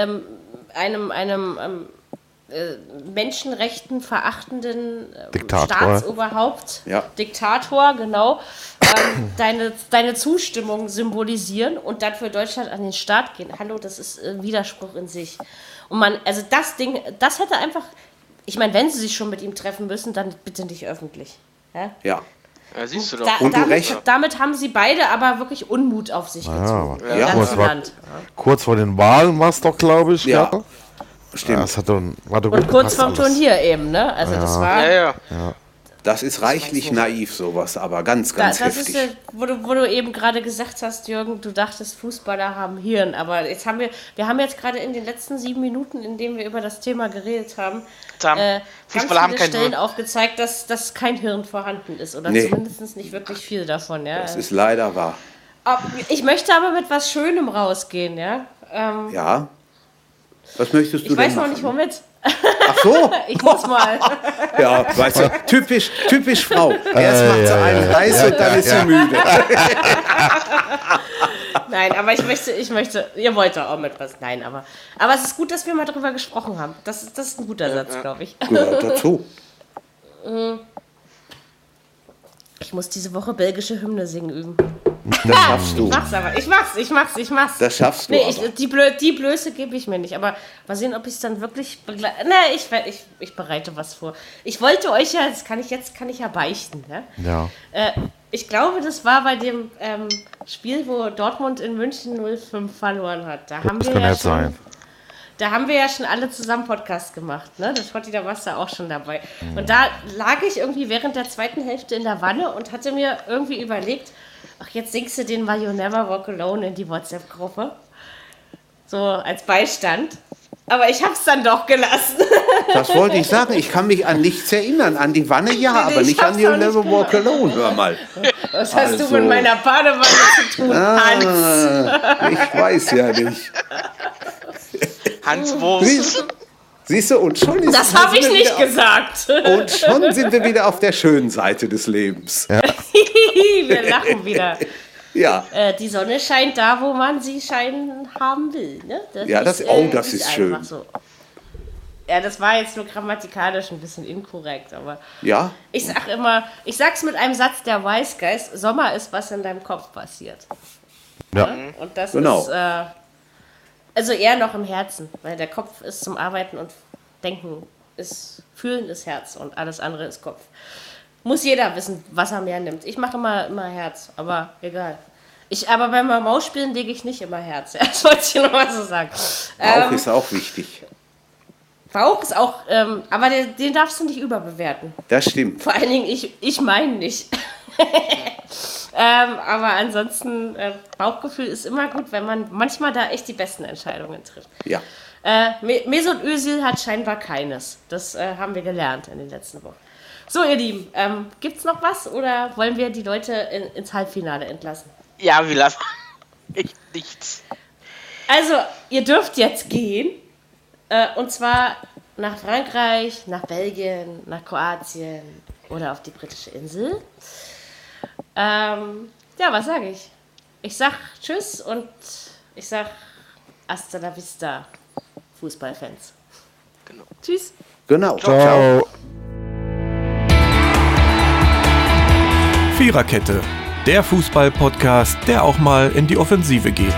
S2: einem Menschenrechten verachtenden Staatsoberhaupt, Diktator, genau, deine Zustimmung symbolisieren und dann für Deutschland an den Start gehen. Hallo, das ist ein Widerspruch in sich. Und das hätte einfach... Ich meine, wenn sie sich schon mit ihm treffen müssen, dann bitte nicht öffentlich.
S3: Ja.
S4: Siehst du doch.
S2: Damit haben sie beide aber wirklich Unmut auf sich gezogen.
S5: Kurz vor den Wahlen war es doch, glaube ich.
S3: Ja. Stimmt.
S2: Und kurz vorm Turnier eben, ne? Also das war...
S4: Ja.
S3: Das ist reichlich naiv, sowas, aber ganz heftig.
S2: Das ist wo du eben gerade gesagt hast, Jürgen, du dachtest, Fußballer haben Hirn, aber jetzt haben wir jetzt gerade in den letzten 7 Minuten, in denen wir über das Thema geredet haben,
S4: Fußballer haben kein
S2: Stellen
S4: Hirn
S2: aufgezeigt, dass kein Hirn vorhanden ist oder zumindest nicht wirklich viel davon. Ja?
S3: Das ist leider wahr.
S2: Ich möchte aber mit was Schönem rausgehen, ja?
S3: Ja? Was möchtest du denn machen?
S2: Ich weiß noch nicht, womit.
S3: Ach so?
S2: Ich muss mal.
S3: Ja, weißt du, typisch Frau. Erst macht sie einen heiß und dann ist sie müde.
S2: Nein, aber ich möchte, ihr wollt doch auch mit was. Nein, aber es ist gut, dass wir mal darüber gesprochen haben. Das ist ein guter Satz, glaube ich.
S3: Gehört dazu.
S2: Ich muss diese Woche belgische Hymne singen üben.
S3: Das schaffst du.
S2: Ich mach's.
S3: Das schaffst du.
S2: Die Blöße gebe ich mir nicht. Aber mal sehen, ob ich es dann wirklich begleite. Ich bereite was vor. Ich wollte euch ja, das kann ich ja beichten. Ne?
S5: Ja.
S2: Ich glaube, das war bei dem Spiel, wo Dortmund in München 0-5 verloren hat. Da haben wir ja schon alle zusammen Podcast gemacht, ne? Das Schotti, da warst du auch schon dabei. Und da lag ich irgendwie während der zweiten Hälfte in der Wanne und hatte mir irgendwie überlegt, ach, jetzt singst du den Why You Never Walk Alone in die WhatsApp-Gruppe. So als Beistand. Aber ich hab's dann doch gelassen.
S3: Das wollte ich sagen. Ich kann mich an nichts erinnern. An die Wanne ja, aber nicht an You Never Walk Alone. Hör mal.
S2: Was hast du mit meiner Badewanne zu tun, Hans?
S3: Ich weiß ja nicht.
S4: Hans Wurst.
S3: Siehst du, und schon ist
S2: das habe ich nicht gesagt.
S3: Und schon sind wir wieder auf der schönen Seite des Lebens. Ja.
S2: Wir lachen wieder.
S3: Ja.
S2: Die Sonne scheint da, wo man sie scheinen haben will. Ne?
S3: Das ist schön.
S2: So. Ja, das war jetzt nur grammatikalisch ein bisschen inkorrekt, aber
S3: ja.
S2: Ich sag's mit einem Satz der Wise Guys, Sommer ist, was in deinem Kopf passiert.
S5: Ja.
S2: Und das ist also eher noch im Herzen, weil der Kopf ist zum Arbeiten und Denken ist, Fühlen ist Herz und alles andere ist Kopf. Muss jeder wissen, was er mehr nimmt. Ich mache immer Herz, aber egal. Aber beim Mausspielen lege ich nicht immer Herz. Das wollte ich nochmal so sagen.
S3: Bauch ist auch wichtig.
S2: Bauch ist auch, aber den darfst du nicht überbewerten.
S3: Das stimmt.
S2: Vor allen Dingen, ich meine nicht. Aber ansonsten, Bauchgefühl ist immer gut, wenn man manchmal da echt die besten Entscheidungen trifft.
S3: Ja.
S2: Mesut Özil hat scheinbar keines. Das haben wir gelernt in den letzten Wochen. So, ihr Lieben, gibt's noch was oder wollen wir die Leute ins Halbfinale entlassen?
S4: Ja, wir lassen echt nichts.
S2: Also, ihr dürft jetzt gehen. Und zwar nach Frankreich, nach Belgien, nach Kroatien oder auf die britische Insel. Ja, was sage ich? Ich sag Tschüss und ich sag Hasta la vista, Fußballfans.
S4: Genau.
S2: Tschüss.
S3: Genau.
S5: Ciao.
S1: Viererkette, der Fußball-Podcast, der auch mal in die Offensive geht.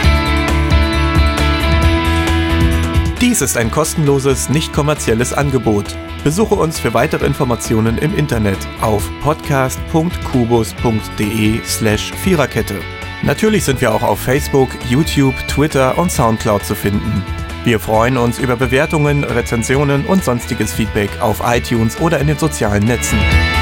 S1: Dies ist ein kostenloses, nicht kommerzielles Angebot. Besuche uns für weitere Informationen im Internet auf podcast.kubus.de/Viererkette. Natürlich sind wir auch auf Facebook, YouTube, Twitter und Soundcloud zu finden. Wir freuen uns über Bewertungen, Rezensionen und sonstiges Feedback auf iTunes oder in den sozialen Netzen.